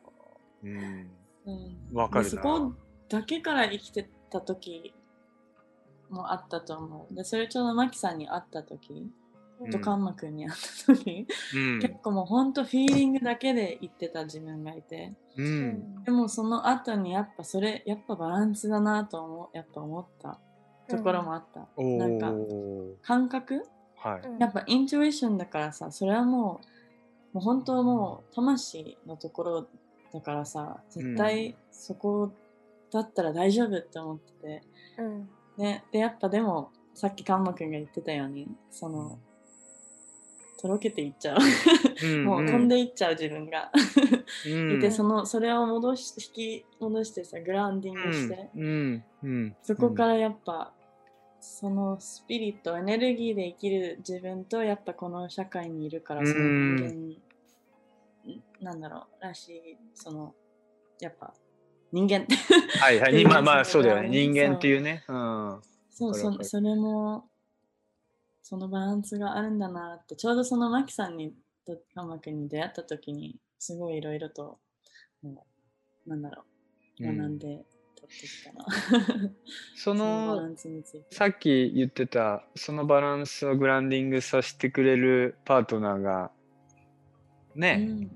わかるな。 そこだけから生きてた時もあったと思う。でそれちょうどマキさんに会った時とカンマくんに会った時、結構もうほんとフィーリングだけで言ってた自分がいて、でもその後にやっぱバランスだなとやっぱ思ったところもあった。なんか感覚、やっぱインチュイションだからさ、それはもう本当もう魂のところだからさ、絶対そこだったら大丈夫って思ってて、ね、でやっぱでもさっきカンマくんが言ってたようにそのとろけていっちゃうもう飛んでいっちゃう自分がいて、それを引き戻してさ、グラウンディングして、そこからやっぱそのスピリットエネルギーで生きる自分とやっぱこの社会にいるからその人間なんだろうらしい、そのやっぱ人間まあそうだよね、人間っていうね。 それもそのバランスがあるんだなって、ちょうどそのマキさんにとカンマくんに出会った時にすごいいろいろとなんだろう学んで取ってきたな。 そのバランスについてさっき言ってたそのバランスをグランディングさせてくれるパートナーがね、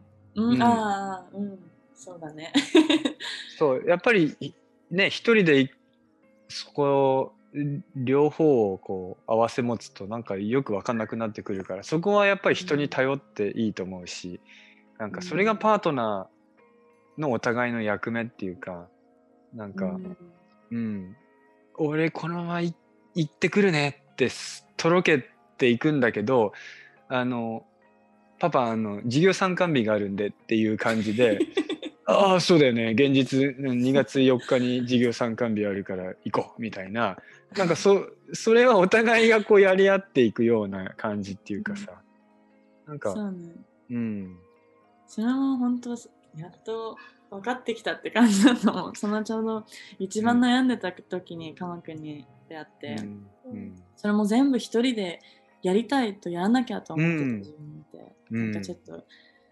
そうだね。 そうやっぱりね、一人でそこ両方をこう合わせ持つとなんかよく分かんなくなってくるから、そこはやっぱり人に頼っていいと思うし、なんかそれがパートナーのお互いの役目っていうか、なんか俺このまま行ってくるねってとろけていくんだけど、パパ授業参観日があるんでっていう感じでああそうだよね、現実2月4日に授業参観日あるから行こうみたいな、なんかそれはお互いがこうやり合っていくような感じっていうかさ、なんかそうね、それも本当やっと分かってきたって感じだと思う。そのちょうど一番悩んでた時にカマくんに出会って、それも全部一人でやりたいとやらなきゃと思ってた自分見て、なんかちょっと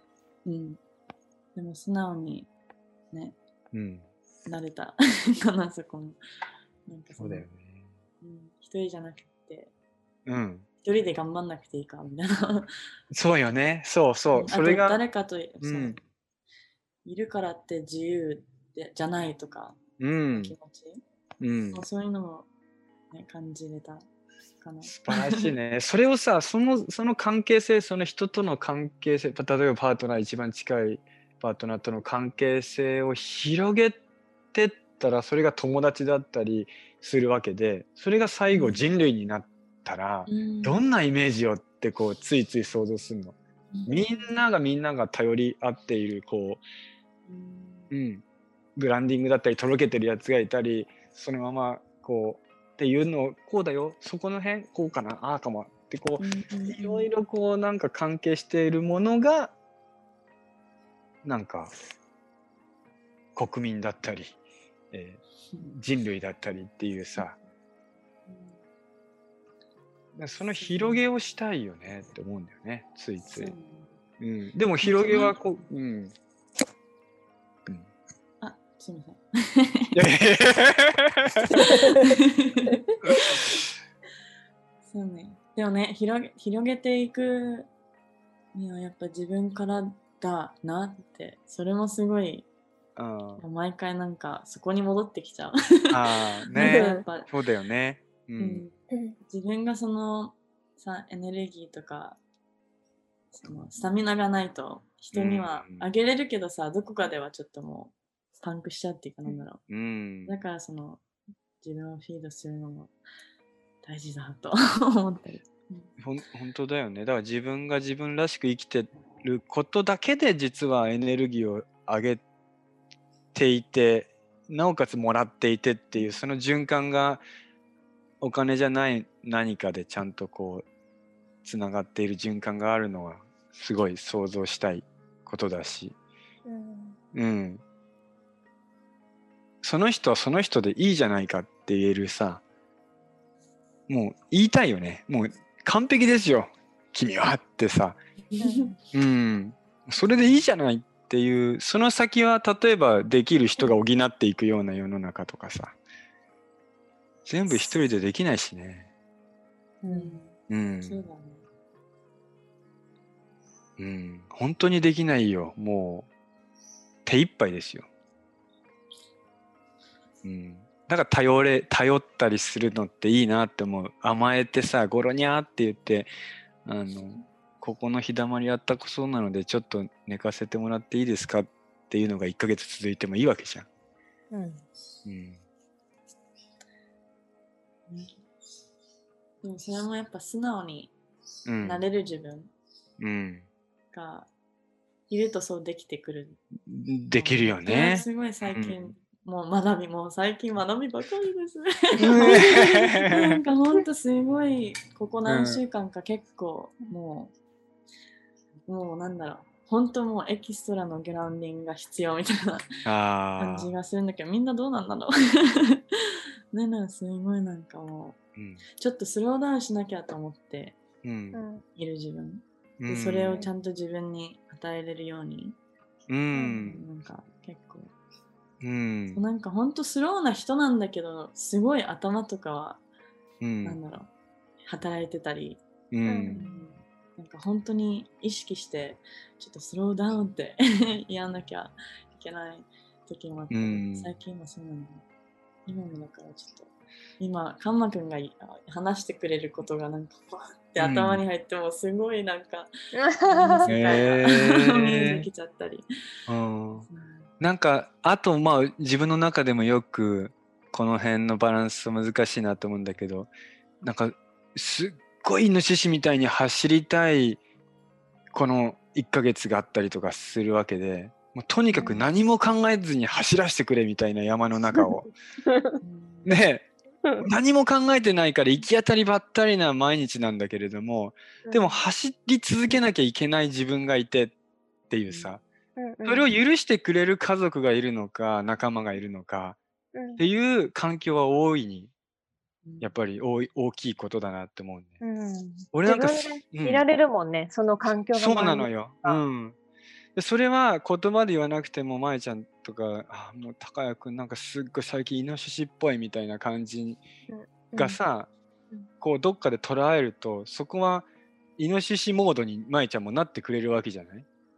でも素直にね、慣れたかな、そこも。なんかそうだよね。 一人じゃなくて、一人で頑張んなくていいかみたいな。 そうよね、そうそれが誰かと、 いるからって自由じゃないとか、気持ち、そういうのも、ね、感じれたかな。 素晴らしいね。それをさ、その関係性、その人との関係性、例えばパートナー、一番近いパートナーとの関係性を広げてったら、それが友達だったりするわけで、それが最後人類になったら、どんなイメージよってこうついつい想像するの。みんなが頼り合っているこう、ブランディングだったりとろけてるやつがいたり、そのままこうっていうのをこうだよ、そこの辺こうかな、ああかもってこう、いろいろこうなんか関係しているものがなんか国民だったり、人類だったりっていうさ、その広げをしたいよねって思うんだよね、ついつい。でも広げはこう、 あ、すみません。そうね。でもね、広げていくにはやっぱ自分からだなって、それもすごい、毎回なんかそこに戻ってきちゃう。 ああ、ね、やっぱそうだよね。 自分がそのさ、エネルギーとかそのスタミナがないと人にはあげれるけどさ、どこかではちょっともうパンクしちゃうっていうかなんだろう。だからその自分をフィードするのも大事だと思ったり。 本当だよね。だから自分が自分らしく生きてることだけで実はエネルギーを上げていて、なおかつもらっていてっていうその循環がお金じゃない何かでちゃんとこうつながっている循環があるのはすごい想像したいことだし、その人はその人でいいじゃないかって言えるさ、もう言いたいよね。もう完璧ですよ君はってさ、それでいいじゃないっていう、その先は例えばできる人が補っていくような世の中とかさ、全部一人でできないしね。そうだね。本当にできないよ。もう手一杯ですよ。だから頼ったりするのっていいなって思う。甘えてさ、ゴロニャーって言ってここの日だまりあったそうなのでちょっと寝かせてもらっていいですかっていうのが1ヶ月続いてもいいわけじゃん。 でもそれもやっぱ素直になれる自分がいるとそうできてくる。 できるよね。 すごい最近、もう最近学びばかりですね。なんかほんとすごいここ何週間か結構もうなんだろう、本当もうエキストラのグラウンディングが必要みたいな感じがするんだけど、みんなどうなんだろう。ね、なんかすごいなんかもう、ちょっとスローダウンしなきゃと思っている自分。でそれをちゃんと自分に与えれるように、なんか結構、なんかほんとスローな人なんだけど、すごい頭とかは、なんだろう、働いてたり、なんか本当に意識してちょっとスローダウンってやんなきゃいけない時もあって、最近もそうなの。今もだからちょっと今カンマくんが話してくれることがなんかバーって頭に入ってもすごいなんか世界が見えてきちゃったり、 なんかあとまあ自分の中でもよくこの辺のバランス難しいなと思うんだけど、なんかすっごいイノシシみたいに走りたいこの1ヶ月があったりとかするわけで、もうとにかく何も考えずに走らせてくれみたいな山の中をね、何も考えてないから行き当たりばったりな毎日なんだけれども、でも走り続けなきゃいけない自分がいてっていうさ、それを許してくれる家族がいるのか仲間がいるのかっていう環境は大いにやっぱり大きいことだなって思うね。 俺なんか自分でいられるもんね、その環境が。 そうなのよ。でそれは言葉で言わなくても、まえちゃんとか、もう高谷くんなんかすっごい最近イノシシっぽいみたいな感じがさ、こうどっかで捉えると、そこはイノシシモードにまえちゃんもなってくれるわけじゃない？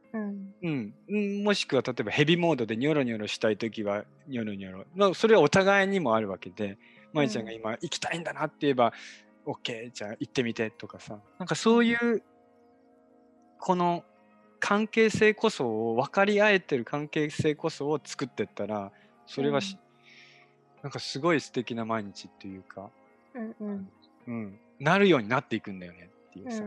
もしくは例えばヘビモードでニョロニョロしたいときはニョロニョロ、それはお互いにもあるわけで、まいちゃんが今行きたいんだなって言えば OK じゃあ行ってみてとかさ、なんかそういうこの関係性こそを分かり合えてる関係性こそを作ってったら、それはなんかすごい素敵な毎日っていうか、なるようになっていくんだよねっていうさ、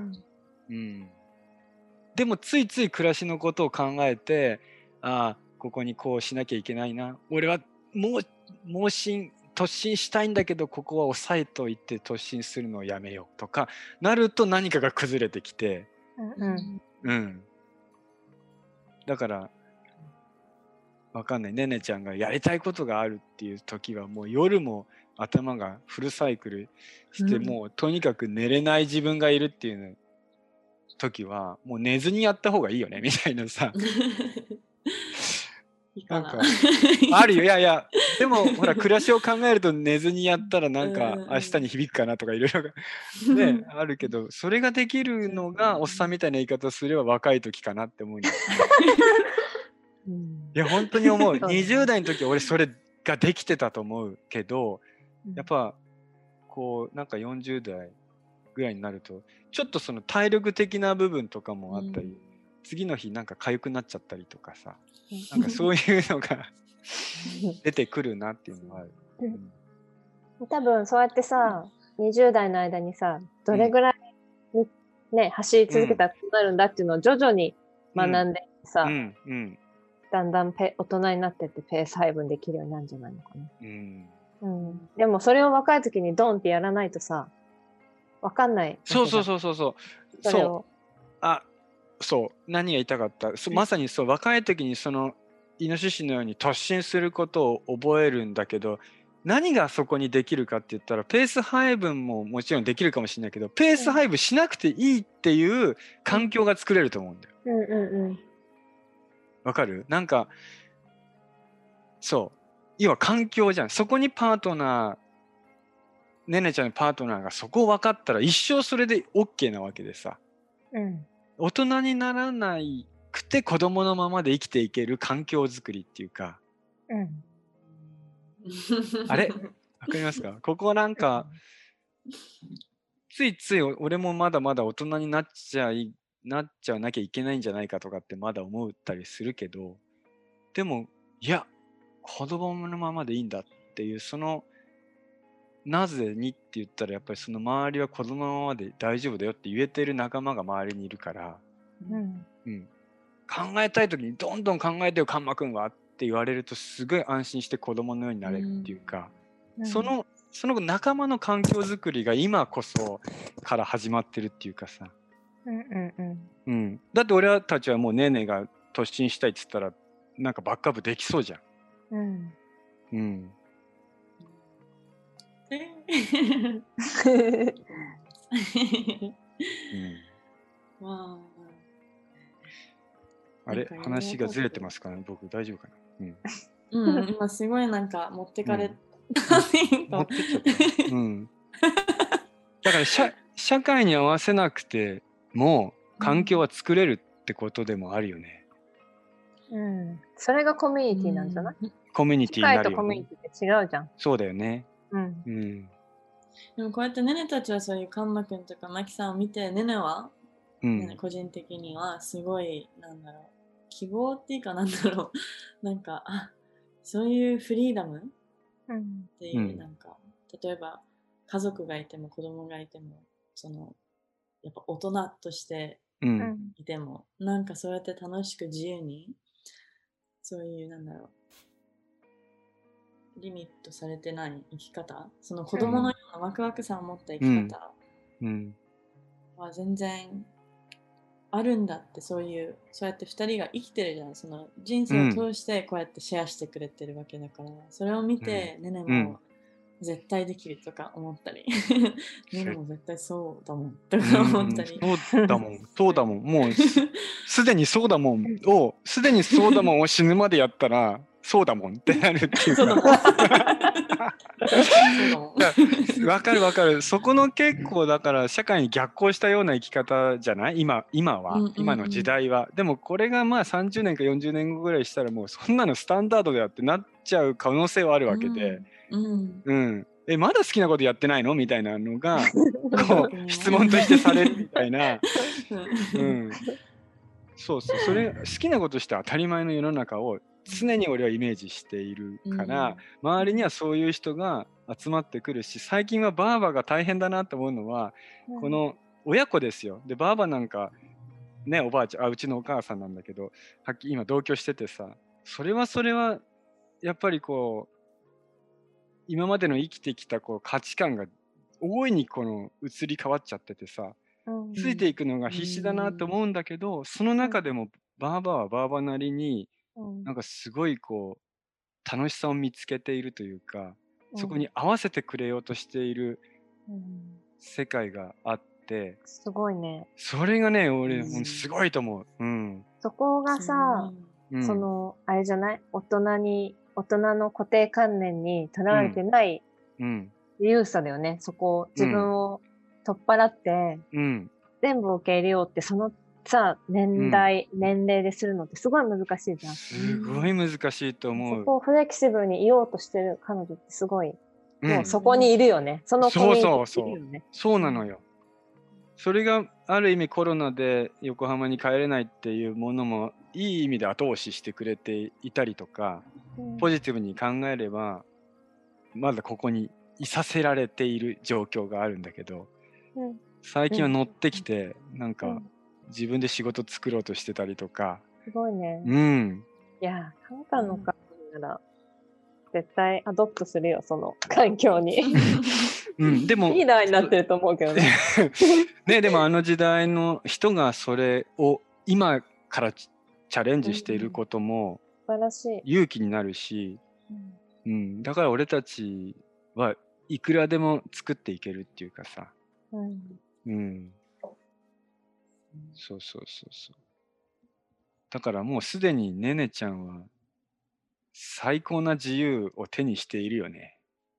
でもついつい暮らしのことを考えて、ここにこうしなきゃいけないな、俺は突進したいんだけどここは抑えといて突進するのをやめようとかなると何かが崩れてきて、だからわかんない、ねねちゃんがやりたいことがあるっていう時はもう夜も頭がフルサイクルして、もうとにかく寝れない自分がいるっていう時はもう寝ずにやった方がいいよねみたいなさなんかあるよ。いやいやでもほら暮らしを考えると寝ずにやったらなんか明日に響くかなとかいろいろねあるけど、それができるのがおっさんみたいな言い方をすれば若い時かなって思うんだよね。いや本当に思う。20代の時俺それができてたと思うけど、やっぱこうなんか40代ぐらいになるとちょっとその体力的な部分とかもあったり、次の日なんか痒くなっちゃったりとかさ、なんかそういうのが出てくるなっていうのはある。 多分そうやってさ20代の間にさどれぐらいね走り続けたらこうなるんだっていうのを徐々に学んでさ、だんだん大人になってってペース配分できるようになるんじゃないのかな。でもそれを若い時にドンってやらないとさ分かんない。 そう何が言いたかった、まさにそう、若い時にそのイノシシのように突進することを覚えるんだけど、何がそこにできるかって言ったらペース配分ももちろんできるかもしれないけど、ペース配分しなくていいっていう環境が作れると思うんだよ。わかる？なんかそう要は環境じゃん。そこにパートナー、ねねちゃんのパートナーがそこを分かったら一生それで OK なわけでさ、大人にならなくて子供のままで生きていける環境づくりっていうか、あれわかりますか？ここなんかついつい俺もまだまだ大人になっちゃわなきゃいけないんじゃないかとかってまだ思ったりするけど、でもいや子供のままでいいんだっていう、そのなぜにって言ったらやっぱりその周りは子供のままで大丈夫だよって言えてる仲間が周りにいるから、考えたい時にどんどん考えてよカンマくんはって言われるとすごい安心して子供のようになれるっていうか、その仲間の環境づくりが今こそから始まってるっていうかさ、だって俺たちはもうねねが突進したいって言ったらなんかバックアップできそうじゃん。あれ話がずれてますかね、僕大丈夫かな。今すごいなんか持ってかれ持ってっちゃった。だから社会に合わせなくても環境は作れるってことでもあるよね。 それがコミュニティなんじゃない？ コミュニティになるよね。 社会とコミュニティって違うじゃん。 そうだよね。 でもこうやってねねたちはそういうカンマくんとかマキさんを見て、ねねは、個人的にはすごいなんだろう、希望っていうかなんだろうなんかそういうフリーダムっていう、なんか例えば家族がいても子供がいてもそのやっぱ大人としていても、なんかそうやって楽しく自由にそういうなんだろうリミットされてない生き方、その子供のようなワクワクさを持った生き方は全然あるんだって、そうやって2人が生きてるじゃん。その人生を通してこうやってシェアしてくれてるわけだから、それを見てねねも絶対できるとか思ったりねねも絶対そうだもんとか思ったり、 そうだもんもうすでにそうだもんを死ぬまでやったらそうだもんってなるっていうかわかるわかる。そこの結構だから社会に逆行したような生き方じゃない？今は、今の時代は。でもこれがまあ30年か40年後ぐらいしたらもうそんなのスタンダードであってなっちゃう可能性はあるわけで。まだ好きなことやってないのみたいなのがこう質問としてされるみたいな。そうそう、それ好きなことして当たり前の世の中を常に俺はイメージしているから、周りにはそういう人が集まってくるし、最近はバーバが大変だなと思うのは、この親子ですよ。でバーバなんかね、おばあちゃん、うちのお母さんなんだけど、はっきり今同居しててさ、それはやっぱりこう今までの生きてきたこう価値観が大いにこの移り変わっちゃっててさ、ついていくのが必死だなと思うんだけど、その中でもバーバはバーバなりになんかすごいこう楽しさを見つけているというか、そこに合わせてくれようとしている世界があって、 すごいね。 それがね、俺すごいと思う。 そこがさ、そのあれじゃない？大人の固定観念にとらわれてない自由さだよね。そこを自分を取っ払って、全部受け入れようって、そのさ、年齢でするのってすごい難しいじゃん。 すごい難しいと思う。 そこをフレキシブルにいようとしてる彼女ってすごい、もうそこにいるよね。そのコミュニティにいるよね。 そうなのよ。それがある意味コロナで横浜に帰れないっていうものもいい意味で後押ししてくれていたりとか、ポジティブに考えればまだここにいさせられている状況があるんだけど、最近は乗ってきて、なんか自分で仕事作ろうとしてたりとか。 すごいね。いや、カンカンの彼女なら絶対アドプトするよ、その環境に。でもリーダーになってると思うけどね。 ね、でもあの時代の人がそれを今からチャレンジしていることも勇気になるし、だから俺たちはいくらでも作っていけるっていうかさ。そう。だからもうすでにねねちゃんは最高な自由を手にしているよね。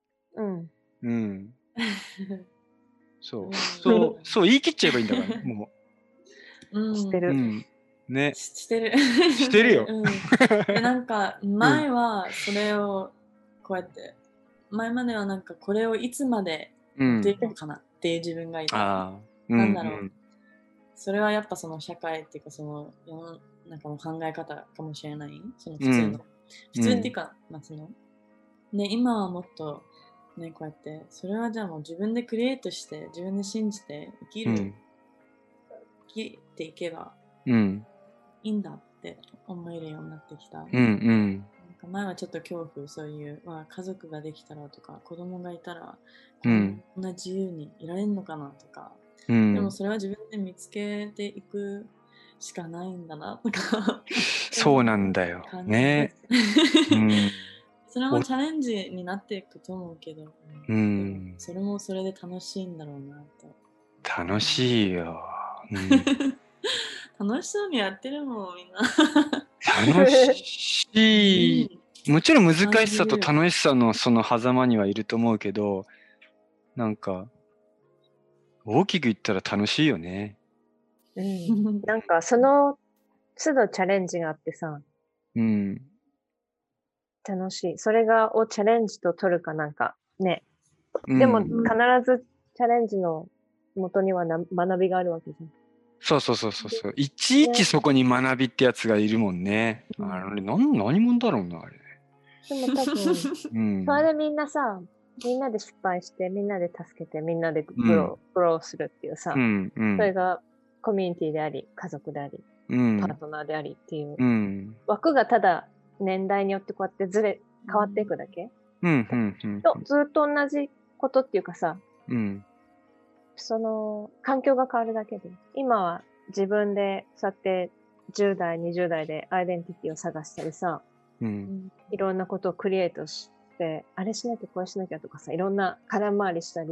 そう言い切っちゃえばいいんだからもう。してる。 ね。 してるよ。 でなんか前はそれをこうやって前まではなんかこれをいつまで持っていくのかなっていう自分がいた。なんだろう。それはやっぱその社会っていうかその世の中の考え方かもしれない。その普通の。普通っていうか、そのね、今はもっとね、こうやってそれはじゃあもう自分でクリエイトして自分で信じて生きていけばいいんだって思えるようになってきた。なんか前はちょっと恐怖、そういう、家族ができたらとか子供がいたらこんな自由にいられるのかなとか、でもそれは自分で見つけていくしかないんだなとかそうなんだよね。 それもチャレンジになっていくと思うけど、それもそれで楽しいんだろうなと。 楽しいよ。 楽しそうにやってるもんみんな。 楽しい。もちろん難しさと楽しさのその狭間にはいると思うけど、なんか大きく言ったら楽しいよね。 なんかその都度チャレンジがあってさ。楽しい。それをチャレンジと取るかなんかね。でも必ずチャレンジの元には学びがあるわけじゃん。 そう。いちいちそこに学びってやつがいるもんね。あれ何者だろうな、あれ。 でも多分、それでみんなさ、みんなで失敗して、みんなで助けて、みんなでグローするっていうさ、それがコミュニティであり、家族であり、パートナーでありっていう、枠がただ年代によってこうやって変わっていくだけ。ずっと同じことっていうかさ、その環境が変わるだけで、今は自分でそうやって10代、20代でアイデンティティを探したりさ、いろんなことをクリエイトして、あれしなきゃこれしなきゃとかさ、いろんな空回りしたり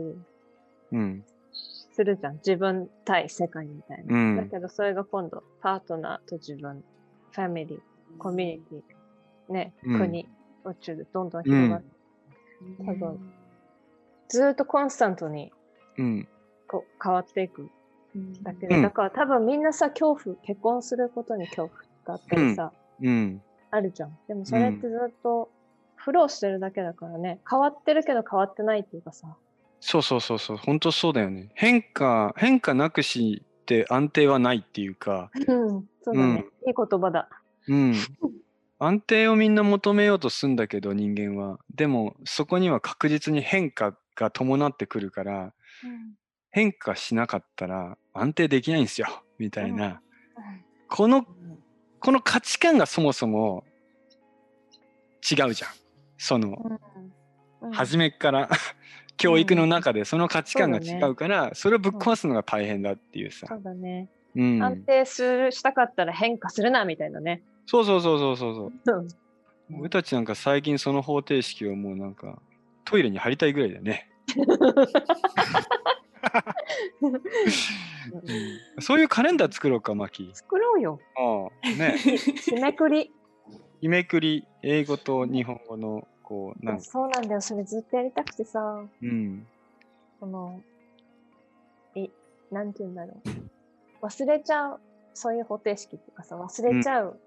するじゃん。自分対世界みたいな。だけどそれが今度、パートナーと自分、ファミリー、コミュニティ、ね、国、宇宙でどんどん広がって。 多分ずっとコンスタントにこう変わっていくだけで、だから多分みんなさ結婚することに恐怖があったりさ、あるじゃん。でもそれってずっとフローしてるだけだからね、変わってるけど変わってないっていうかさ。 そう本当そうだよね。変化なくして安定はないっていうか。 そうだね、いい言葉だ。 安定をみんな求めようとするんだけど、人間は。でもそこには確実に変化が伴ってくるから、変化しなかったら安定できないんですよみたいな、この価値観がそもそも違うじゃん。その、初めから教育の中でその価値観が違うから、それをぶっ壊すのが大変だっていうさ。 そうだね。安定したかったら変化するなみたいなね。 そう。俺たちなんか最近その方程式をもうなんかトイレに貼りたいぐらいだよね。そういうカレンダー作ろうか、マキ。 作ろうよ。 ね。 日めくり。 英語と日本語のこうそうなんだよ。それずっとやりたくてさ。なんて言うんだろう。忘れちゃう。そういう方程式っていうかさ、忘れちゃう。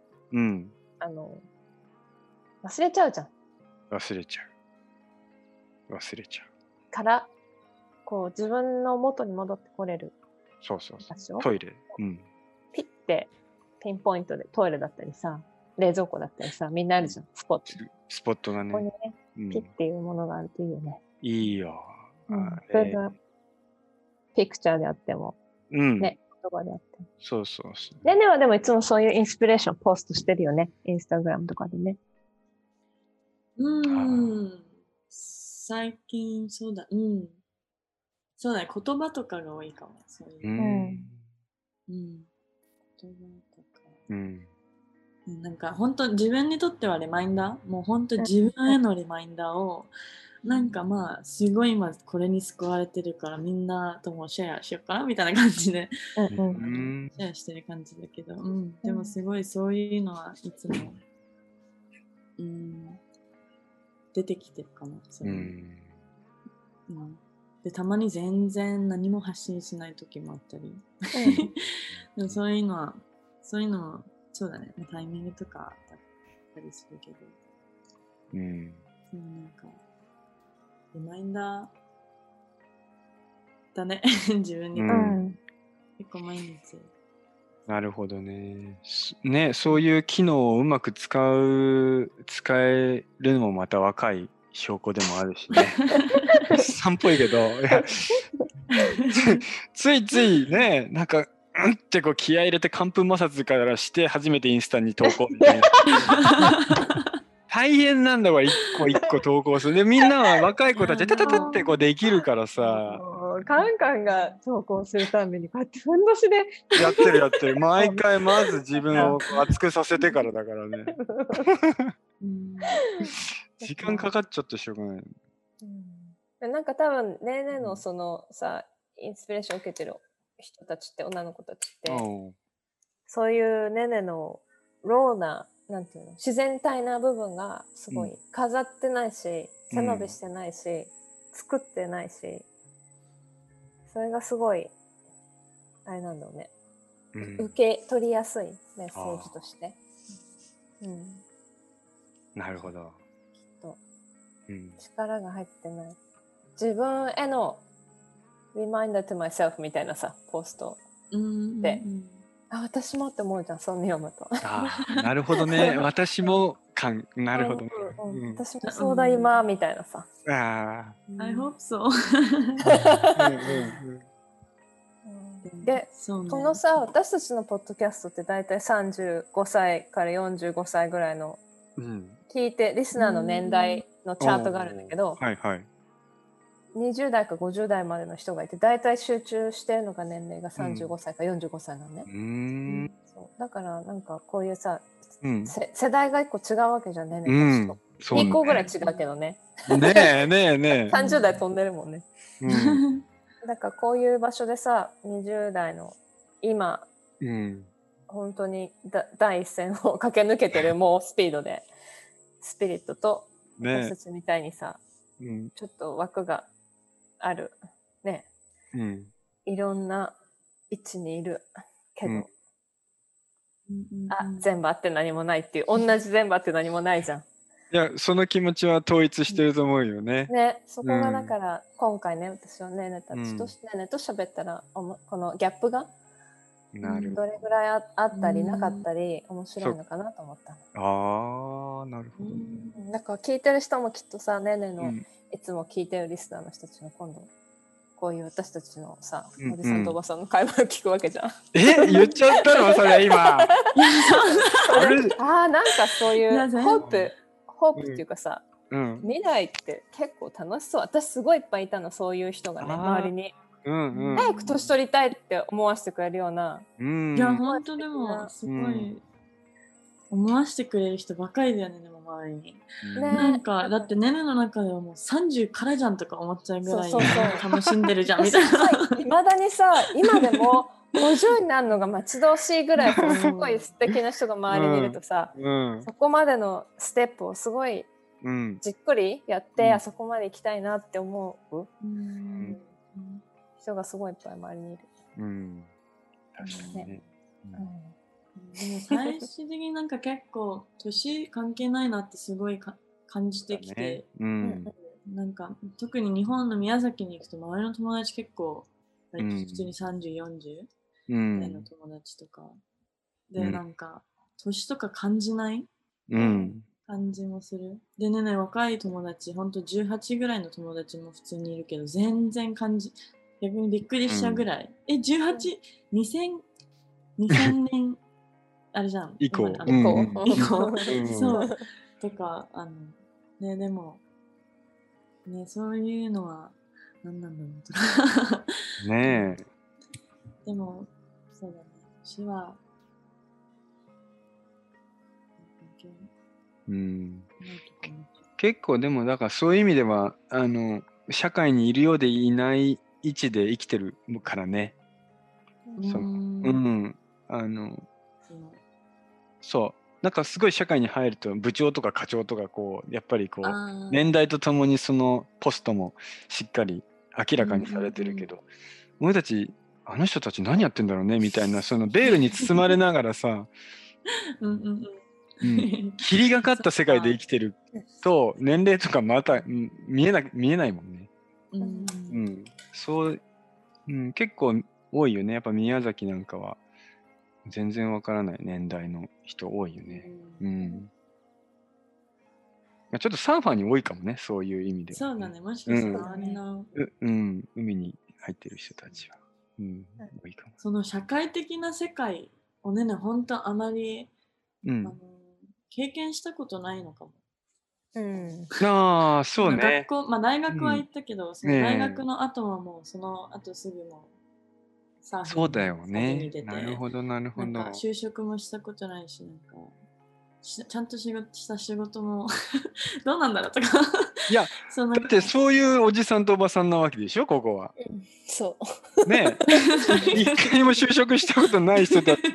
忘れちゃうじゃん。 忘れちゃう。 からこう自分の元に戻ってこれる。 そう。トイレ。 ピッてピンポイントでトイレだったりさ、冷蔵庫だったりさ、みんなあるじゃん。スポットがね。ここにね、ピッていうものがあるといいよね。 いいよ。 それがピクチャーであっても、ね、言葉であっても。 そう。 ねねはでもいつもそういうインスピレーションポストしてるよね。インスタグラムとかでね。 最近そうだ。そうだね。言葉とかが多いかも。そういう。言葉とか。なんか本当自分にとってはリマインダー、もう本当自分へのリマインダーをなんかまあすごい今これに救われてるからみんなともシェアしようかなみたいな感じでシェアしてる感じだけど、でもすごいそういうのはいつも出てきてるかな。でたまに全然何も発信しない時もあったりでもそういうのはそうだね、タイミングとかあったりするけど、なんかリマインダーだね自分に、結構毎日。 なるほどね。そういう機能をうまく使えるのもまた若い証拠でもあるしね。さんっぽいけど、ついついね、なんかってこう気合い入れて寒風摩擦からして初めてインスタに投稿みたいな。大変なんだわ、一個投稿する。でみんなは若い子たちタタタってこうできるからさ。 カンカンが投稿するためにこうやってふんどしでやってる。毎回まず自分を熱くさせてからだからね。時間かかっちゃってしょうがない。 なんか多分ねねのそのさインスピレーションを受けてる人たちって女の子たちってそういうねねのローななんていうの自然体な部分がすごい飾ってないし、背伸びしてないし、作ってないし、それがすごいあれなんだろうね、受け取りやすいメッセージとして。 なるほど。 きっと、力が入ってない。自分への reminder to myself みたいなさポストで。私もって思うじゃん、そう読むと。 なるほどね。私もなるほどね。 私もそうだ今みたいなさ。 I hope so で、このさ、私たちのポッドキャストって大体35歳から45歳ぐらいの聞いてリスナーの年代のチャートがあるんだけど、20代か50代までの人がいて、大体集中してるのが年齢が35歳か45歳なのね。そうだからなんかこういうさ、世代が一個違うわけじゃんね、年たちと。1個ぐらい違うけどね。 ねえ。 30代飛んでるもんね。だからこういう場所でさ、20代の今、本当に第一線を駆け抜けてるもうスピードで、スピリットと私たちみたいにさ、 ちょっと枠があるね、いろんな位置にいるけど、全部あって何もないっていう、同じ全部あって何もないじゃん。 いや、その気持ちは統一してると思うよね。 ね、そこがだから今回ね、私はねねたちとねねと喋ったら、このギャップがどれぐらいあったりなかったり面白いのかなと思ったの。ああ、なるほどね。だから聞いてる人もきっとさ、ねねのいつも聞いてるリスナーの人たちの今度こういう私たちのさ、おじさんとおばさんの会話を聞くわけじゃん。 言っちゃったのそれ今。 なんかそういうホープっていうかさ、未来って結構楽しそう。私すごいいっぱいいたの、そういう人がね、周りに。早く年取りたいって思わせてくれるような。 いや、本当でも、すごい、思わせてくれる人ばかりだよね、でも周りに。なんか、だってねねの中ではもう30からじゃんとか思っちゃうぐらい楽しんでるじゃんみたいな。 いまだにさ、今でも50になるのが待ち遠しいぐらいすごい素敵な人が周りにいるとさ、そこまでのステップをすごいじっくりやって、あそこまで行きたいなって思う人がすごいいっぱい周りにいる。 確かにね。 でも最終的になんか結構年関係ないなってすごい感じてきて、なんか特に日本の宮崎に行くと周りの友達結構、普通に30、40代の友達とかで、なんか年とか感じない感じもする。でね、若い友達、ほんと18ぐらいの友達も普通にいるけど、全然逆にびっくりしちゃうぐらい。18?2000 年あれじゃん。 以降。 そう。とか、ね、でも、ね、そういうのは何なんだろうとか。 ねえ。 でも、そうだね。私は、 結構でもだからそういう意味では社会にいるようでいない位置で生きてるからね。そうなんかすごい社会に入ると部長とか課長とかこうやっぱりこう年代とともにそのポストもしっかり明らかにされてるけど、俺たちあの人たち何やってんだろうねみたいなそのベールに包まれながらさ霧がかった世界で生きてると年齢とかまた見えないもんね。結構多いよね。やっぱ宮崎なんかは全然わからない年代の人多いよね。ちょっとサーファーに多いかもね、そういう意味では。 そうだね、もしかしたらあんな、 海に入ってる人たちは、多いかも。 その社会的な世界をね、本当あまり、経験したことないのかも。 ああ、そうね。 学校、大学は行ったけど、その大学の後はもうその後すぐもサーフィンに出て、 なるほどなるほど。 なんか就職もしたことないし、なんかちゃんとした仕事もどうなんだろうとか。 いや、だってそういうおじさんとおばさんなわけでしょ、ここは。 そう。 ねえ。一回も就職したことない人だ。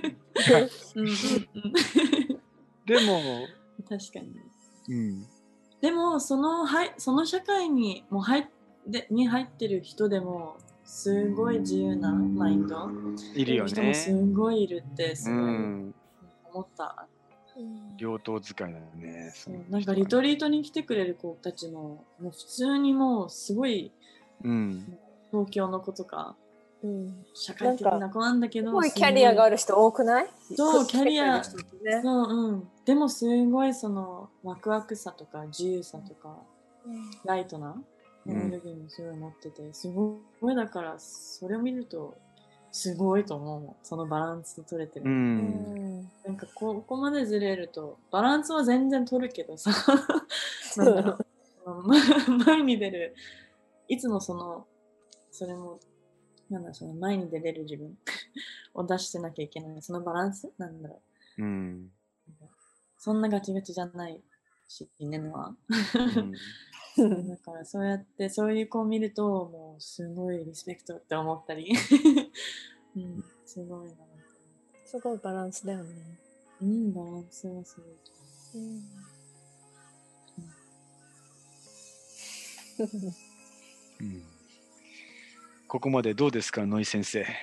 でも。 確かに。でもその社会にも入ってる人でもすごい自由なマインドいるよね。 人もすごいいるってすごい思った。 両党使いだよね。 なんかリトリートに来てくれる子たちもう普通にもうすごい、東京の子とか、社会的な子なんだけど、 すごいキャリアがある人多くない？ そう、キャリア、でもすごいそのワクワクさとか自由さとか、ライトなエネルギーもすごい持ってて、すごいだからそれを見るとすごいと思う。そのバランス取れてる。なんかここまでずれるとバランスは全然取るけどさ、なんだろう、前に出る、いつもそれもなんだ、その前に出れる自分を出してなきゃいけない、そのバランスなんだろう。そんなガチガチじゃないしねのは。だからそうやってそういう子を見るともうすごいリスペクトって思ったり、すごいな。 すごいバランスだよね。 バランスはすごい。 うん、ここまでどうですか、ノイ先生。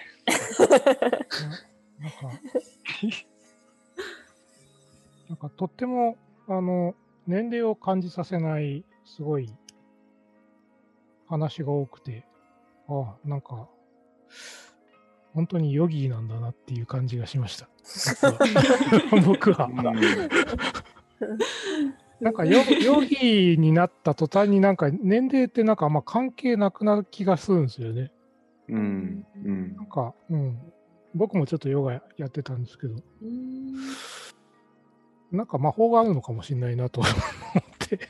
なんかとっても年齢を感じさせないすごい話が多くて、なんか本当にヨギーなんだなっていう感じがしました。僕は。なんかヨギーになった途端になんか年齢ってなんか関係なくなる気がするんですよね。なんか、僕もちょっとヨガやってたんですけど、なんか魔法があるのかもしれないなと思って。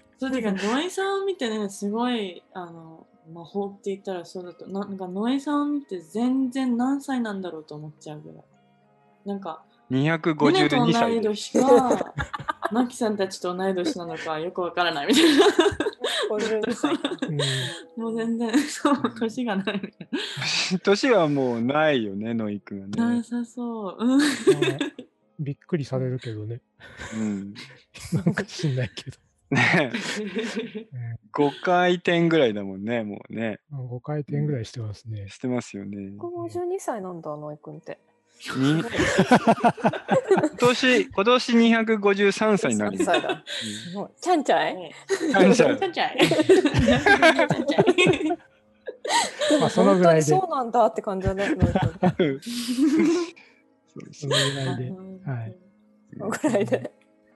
そうだからノエさんを見てね、すごい魔法って言ったらそうだと、なんかノエさんを見て全然何歳なんだろうと思っちゃうぐらい。なんか 252歳同い年か、マキさんたちと同い年なのかよくわからないみたいな。52歳もう全然そう年がないみたいな。 年はもうないよね、ノイ君はね。 なさそう。 びっくりされるけどね。なんか知んないけど。 ね5回転ぐらいだもんね、もうね。 5回転ぐらいしてますね。 してますよね。 52歳なんだ、ノイ君って。 今年253歳になる。 すごい。ちゃんちゃい？ ちゃんちゃい。 そのぐらいで。 そうなんだって感じだね。 そのぐらいで。はい。 そのぐらいで。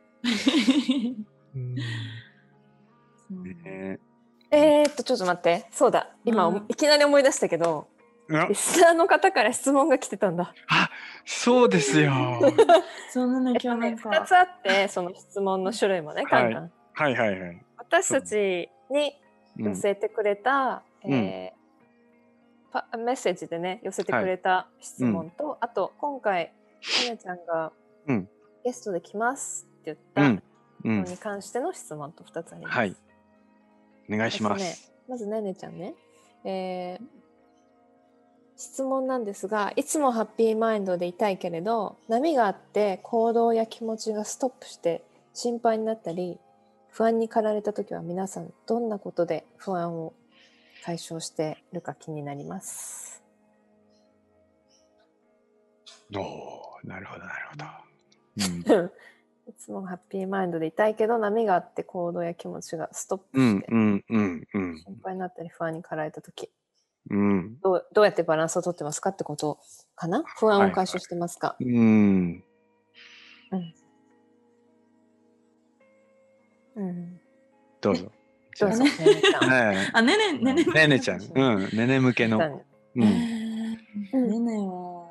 ちょっと待って。そうだ。今、いきなり思い出したけど、リスナーの方から質問が来てたんだ。 あ、そうですよ。 そうなの、今日なんか。 2つあって、その質問の種類もね、簡単。 はいはいはい。 私たちに寄せてくれた、メッセージでね、寄せてくれた質問と、あと、今回、かねちゃんがゲストで来ますって言ったのに関しての質問と2つあります。はい。 お願いします。 まずねねちゃんね。質問なんですが、いつもハッピーマインドでいたいけれど、波があって行動や気持ちがストップして心配になったり、不安に駆られたときは皆さんどんなことで不安を解消しているか気になります。 なるほどなるほど。 いつもハッピーマインドでいたいけど、波があって行動や気持ちがストップして心配になったり不安に駆られたとき、どうやってバランスをとってますかってことかな？不安を解消してますか？ どうぞ。 どうぞ。 ねねちゃん。ねね向けの。ねねは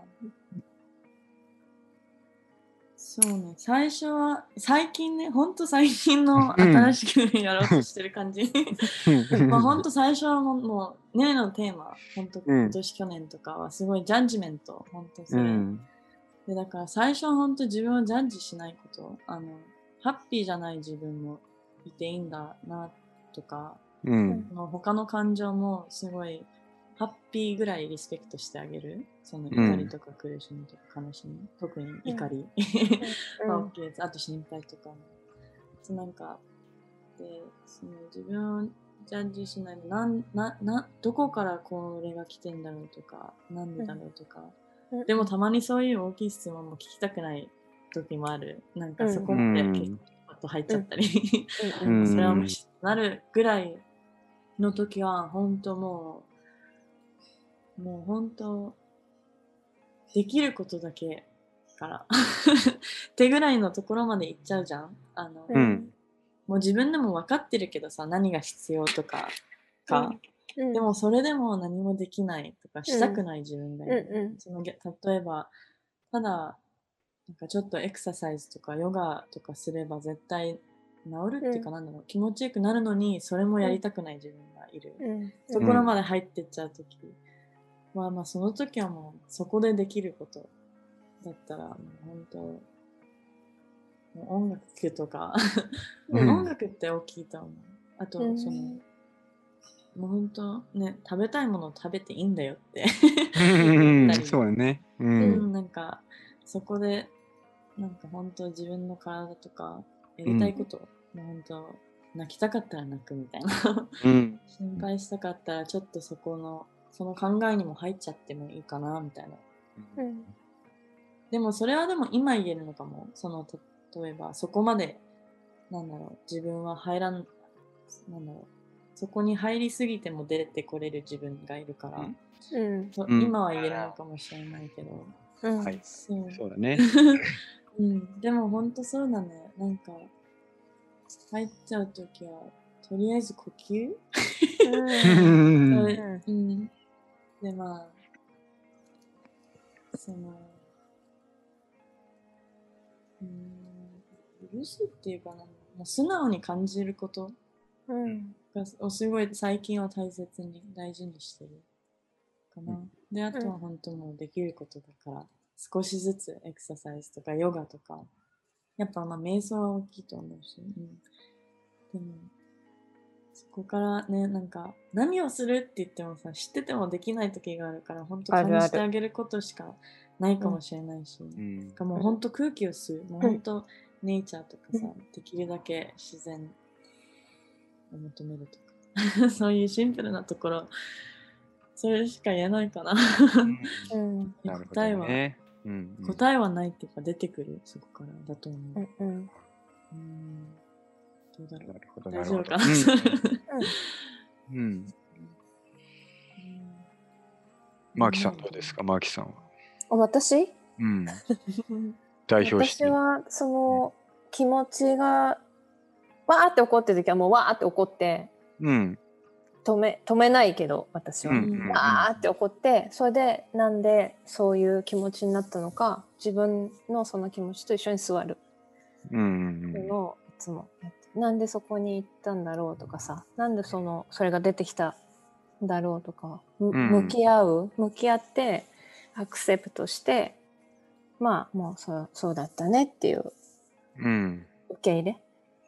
そうね、最初は最近ね、ほんと最近の新しくやろうとしてる感じ。ほんと最初はもうねのテーマ、ほんと今年去年とかはすごいジャッジメント、ほんとそれ。でだから最初はほんと自分をジャッジしないこと、ハッピーじゃない自分もいていいんだなとか、他の感情もすごいハッピーぐらいリスペクトしてあげる。その怒りとか苦しみとか悲しみ、特に怒り、あと心配とかも。なんかでその自分をジャッジしないどこからこれが来てんだろうとか、なんでだろうとか。でもたまにそういう大きい質問も聞きたくない時もある。なんかそこまで結構入っちゃったり、それはもしなるぐらいの時は本当もう本当できることだけからってぐらいのところまで行っちゃうじゃん。もう自分でも分かってるけどさ、何が必要とかでもそれでも何もできないとかしたくない自分がいる。例えばただなんかちょっとエクササイズとかヨガとかすれば絶対治るっていうか、なんだろう、気持ちよくなるのにそれもやりたくない自分がいる、ところまで入ってっちゃうとき、まあその時はもうそこでできることだったらもう本当もう音楽とか音楽って大きいと思う。あともう本当ね、食べたいものを食べていいんだよってそうだね。 なんかそこでなんか本当自分の体とかやりたいこと、もう本当泣きたかったら泣くみたいなうん心配したかったらちょっとその考えにも入っちゃってもいいかなみたいな。でもそれはでも今言えるのかも。例えばそこまで自分はそこに入りすぎても出てこれる自分がいるから、今は言えるのかもしれないけど、 はい、そうだね。 でも本当そうだね。なんか入っちゃうときはとりあえず呼吸でまあ許すっていうかな、素直に感じることをすごい最近は大事にしてるかな。であとは本当もうできることだから少しずつエクササイズとかヨガとかやっぱ瞑想は大きいと思うし、でもそこからねなんか何をするって言ってもさ知っててもできない時があるから本当感じてあげることしかないかもしれないし、もう本当空気を吸う、もう本当ネイチャーとかさ、できるだけ自然を求めるとかそういうシンプルなところそれしか言えないかな答えはないっていうか出てくるそこからだと思う。どうだろう。大丈夫かな。 マーキさんどうですか、マーキさんは。 私？ 代表して。 私はその気持ちがわーって怒ってる時はもうわーって怒って、止めないけど私はわーって怒って、それでなんでそういう気持ちになったのか自分のその気持ちと一緒に座るっていうのをいつもやって、なんでそこに行ったんだろうとかさ、なんでそれが出てきたんだろうとか、向き合ってアクセプトして、まあもうそうだったねっていう受け入れ、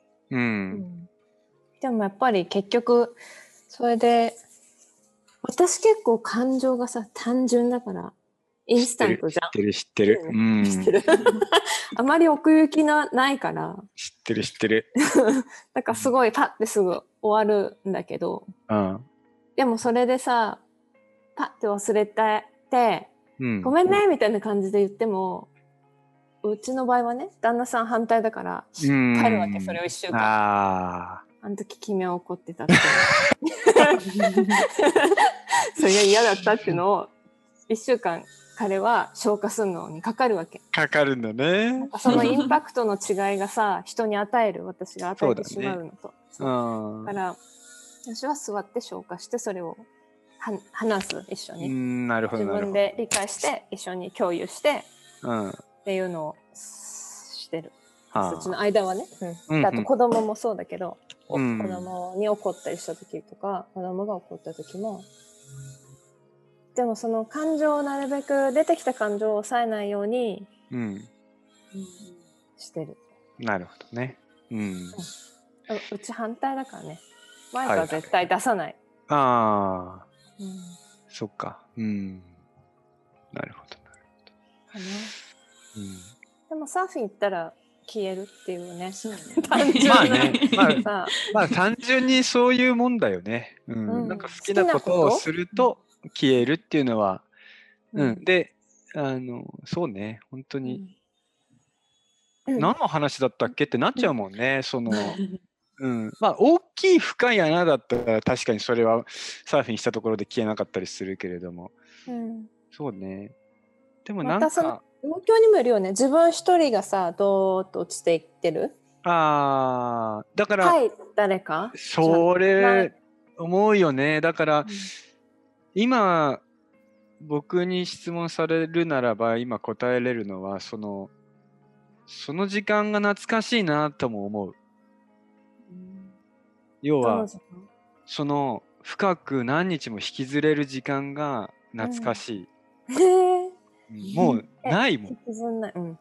でもやっぱり結局それで私結構感情がさ単純だからインスタントじゃん。 知ってるあまり奥行きないから知ってるだからすごいパッてすぐ終わるんだけど、でもそれでさパッて忘れて、ごめんねみたいな感じで言っても、うちの場合はね旦那さん反対だから引っ張るわけ、それを1週間。あの時君は怒ってたってそれが嫌だったっていうのを1週間彼は消化するのにかかるわけ。 かかるんだね。 そのインパクトの違いがさ人に与える、私が与えてしまうのと。だから私は座って消化してそれを話す、一緒に。なるほど、自分で理解して一緒に共有して、っていうのをしてる。そっちの間はね。あと子供もそうだけど、子供に怒ったりした時とか、子供が怒った時も、でもその感情をなるべく出てきた感情を抑えないようにしてる。 なるほどね。 うち反対だからね。マイクは絶対出さない。 そっか。なるほど。 かな。でもサーフィン行ったら消えるっていうね。 まあ単純にそういうもんだよね。なんか好きなことをすると消えるっていうのは、で、そうね、本当に、何の話だったっけってなっちゃうもんね。まあ大きい深い穴だったら確かにそれはサーフィンしたところで消えなかったりするけれども、そうね。でもなんか状況にもよるよね。自分一人がさどーっと落ちていってる。 だから誰かそれ思うよね。だから、今僕に質問されるならば今答えれるのはその時間が懐かしいなとも思う。要は深く何日も引きずれる時間が懐かしい。もうないもん。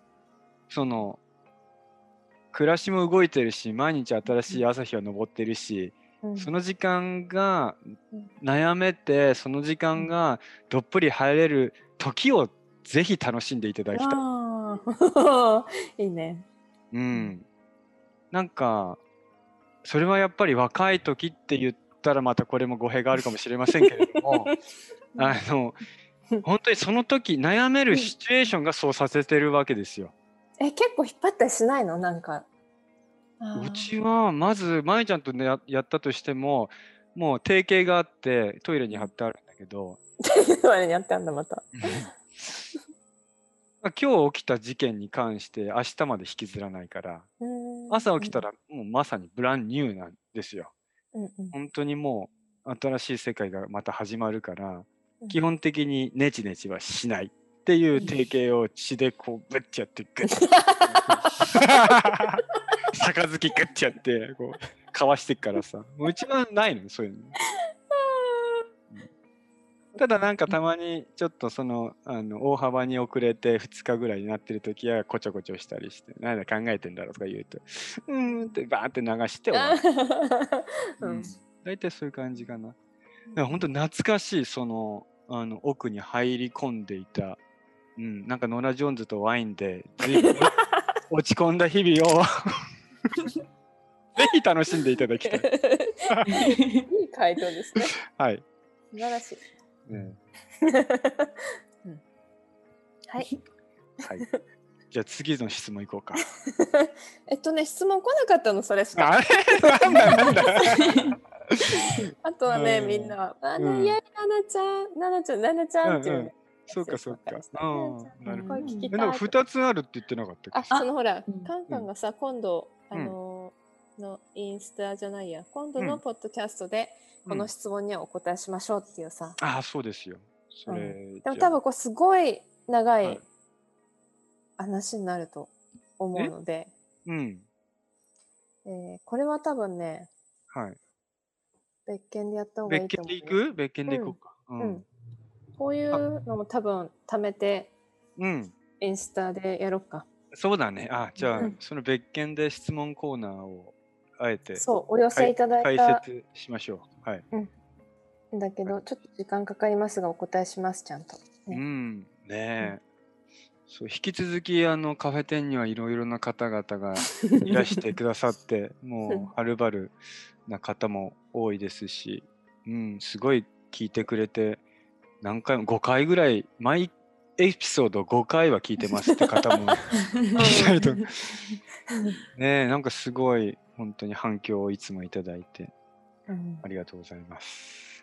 暮らしも動いてるし、毎日新しい朝日は昇ってるし、その時間が悩めて、その時間がどっぷり入れる時をぜひ楽しんでいただきたい。 いいね。 なんかそれはやっぱり若い時って言ったらまたこれも語弊があるかもしれませんけれども本当にその時悩めるシチュエーションがそうさせてるわけですよ。 結構引っ張ったりしないの？なんかうちはまずまゆちゃんと、ね、やったとしてももう定型があってトイレに貼ってあるんだけどトイレに貼ってあるんだまた今日起きた事件に関して明日まで引きずらないから朝起きたらもうまさにブランニューなんですよ。本当にもう新しい世界がまた始まるから基本的にネチネチはしないっていう定型を血でこうぶっちゃってグッ杯グッちゃってこうかわしてっからさうちはないのそういうの。ただなんかたまにちょっとその大幅に遅れて2日ぐらいになってる時はこちょこちょしたりして何だ考えてんだろうとか言うとってバーって流して終わる。大体そういう感じかな。だから本当懐かしいその奥に入り込んでいた、なんかノラ・ジョーンズとワインで落ち込んだ日々をぜひ楽しんでいただきたい。 いい回答ですね。 はい。 素晴らしい。はい。 はい。じゃあ次の質問いこうか。 質問来なかったのそれしか。 あれなんだ。 あとはね、みんな、いや、ナナちゃんっていう。 そうか。 なるほど。 でも2つあるって言ってなかったっけ？ そのほら、カンカンがさ、今度、のインスタじゃないや、今度のポッドキャストで、この質問にはお答えしましょうっていうさ。 そうですよ。それ。 でも多分これすごい長い話になると思うので、これは多分ね、別件でやった方がいいと思う。 別件で行こうか。 こういうのも多分貯めて、インスタでやろうか。 そうだね。じゃあ、その別件で質問コーナーをあえてお寄せいただいた解説しましょう。はい。 だけど、ちょっと時間かかりますが、お答えします、ちゃんと。 そう、引き続きカフェ店にはいろいろな方々がいらしてくださってもうはるばるな方も多いですし、すごい聞いてくれて何回も5回ぐらい毎エピソード5回は聞いてますって方もいたりとね、なんかすごい本当に反響をいつもいただいて、ありがとうございます。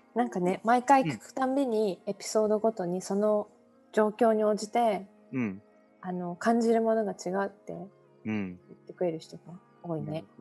なんかね、毎回聞くたんびにエピソードごとにその状況に応じて、感じるものが違うって言ってくれる人が多いね。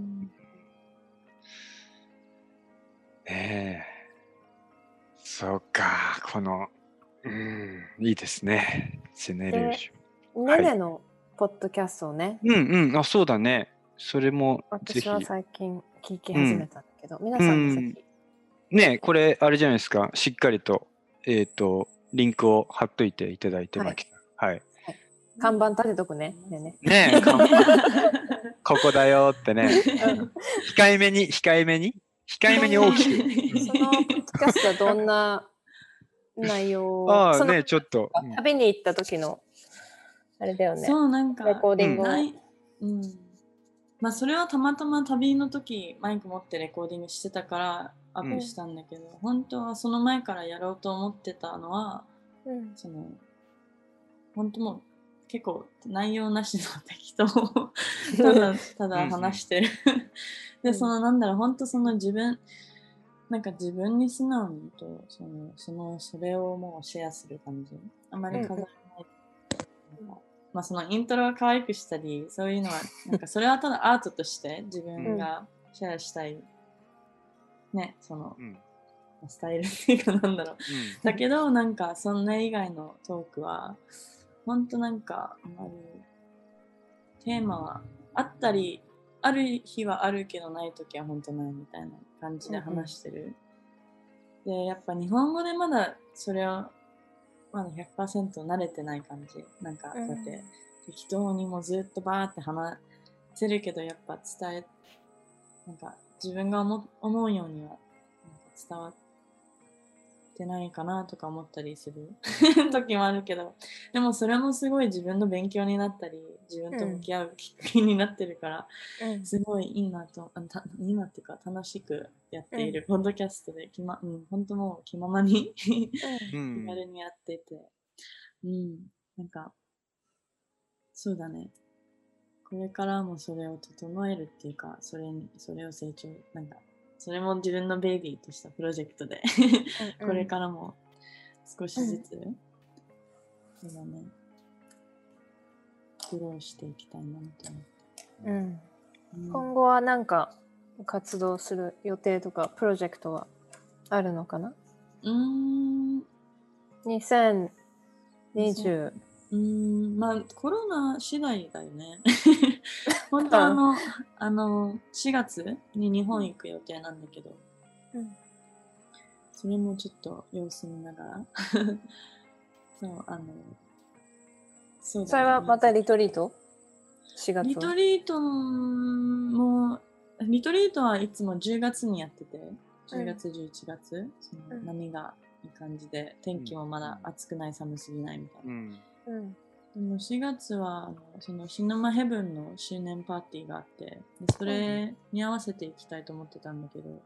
そうか、このいいですね。ジェネレーション。 ねねのポッドキャストをね。 そうだね。それもぜひ。 私は最近聞き始めたんだけど、皆さんもぜひ。 ね、これあれじゃないですか。しっかりとリンクを貼っといていただいてます。はい。 看板立てとくね。 ね、看板。ここだよってね。控えめに大きく。 そのポッドキャストはどんな内容をちょっと旅に行った時のあれだよね。 そうなんかレコーディングまあそれはたまたま旅の時マイク持ってレコーディングしてたからアップしたんだけど、本当はその前からやろうと思ってたのは、その本当もう結構内容なしの適当をただ話してるでそのなんだろう本当その自分に素直にとそれをもうシェアする感じ、あまり飾らない、まあそのイントロを可愛くしたりそういうのはなんかそれはただアートとして自分がシェアしたいねその、スタイルっていうかなんだろう、だけどなんかそんな以外のトークは本当なんかあまりテーマはあったりある日はあるけどない時は本当ないみたいな感じで話してる、でやっぱ日本語でまだそれはまだ 100% 慣れてない感じなんかだって適当にもうずっとバーって話せるけどやっぱなんか自分が思うようにはなんか伝わってないかなとか思ったりする時もあるけど、でもそれもすごい自分の勉強になったり、自分と向き合うきっかけになってるから、すごいいいなと、いいなっていうか楽しくやっているポッドキャストで、本当もう気ままに気軽にやってて、なんか、そうだね。これからもそれを整えるっていうか、それを成長、なんか、それも自分のベイビーとしたプロジェクトでこれからも少しずつ、そうだね、苦労していきたいなと思って。 今後は何か活動する予定とかプロジェクトはあるのかな？2020 まあコロナ次第だよね。本当4月に日本行く予定なんだけど、それもちょっと様子見ながらそう、それはまたリトリート？4月リトリートはいつも10月にやってて、10月11月、その波がいい感じで、天気もまだ暑くない寒すぎないみたいな。でも4月はそのシネマヘブンの周年パーティーがあって、でそれに合わせていきたいと思ってるんだけど、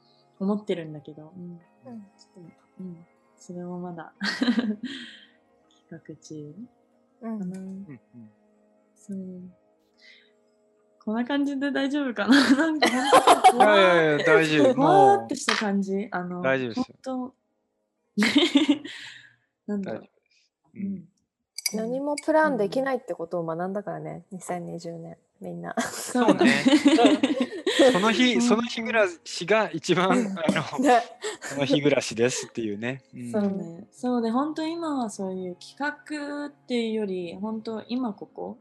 それもまだ企画中かな。そう。こんな感じで大丈夫かな？なんか本当いや大丈夫。 ふわーってした感じ。 大丈夫ですよ。 なんだろう。 何もプランできないってことを学んだからね、2020年みんな。 そうね。その日暮らしが一番その日暮らしですっていうね。 そうね。本当今はそういう企画っていうより、本当今ここ、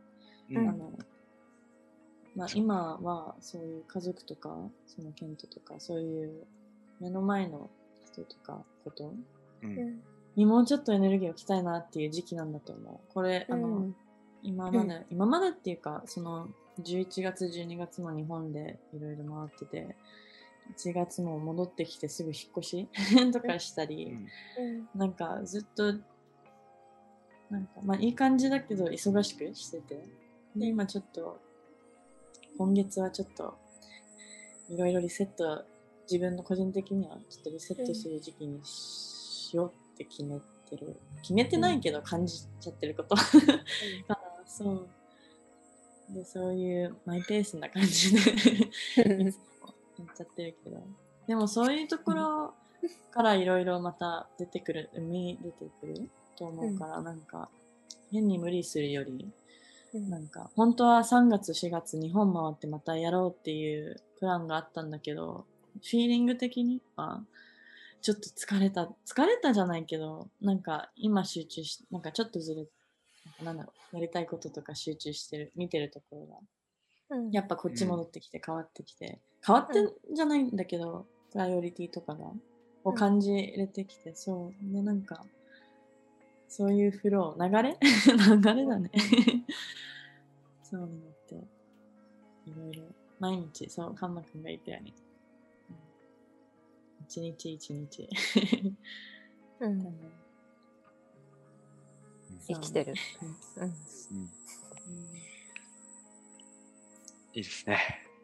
今はそういう家族とか、そのケントとか、そういう目の前の人とかことにもうちょっとエネルギーを置きたいなっていう時期なんだと思う。これ、今までっていうか、その11月、12月も日本でいろいろ回ってて、1月も戻ってきてすぐ引っ越しとかしたり、なんかずっと、なんかいい感じだけど忙しくしてて、で、今ちょっと、今月はちょっといろいろリセット、自分の個人的にはちょっとリセットする時期にしようって決めてないけど感じちゃってることからそうで、そういうマイペースな感じでいつもやっちゃってるけど、でもそういうところからいろいろまた出てくると思うから、なんか変に無理するより、なんか本当は3月4月日本回ってまたやろうっていうプランがあったんだけど、フィーリング的にはちょっと疲れたじゃないけど、なんか今集中し、なんかちょっとずれ、なんだろう、やりたいこととか集中してる、見てるところが、やっぱこっち戻ってきて変わってんじゃないんだけど、プライオリティとかを感じれてきて、そうで、なんかそういうフロー、流れだねそうになっていろいろ毎日、そうカンマくんが言ったように一日一日生きてる。 いいですね。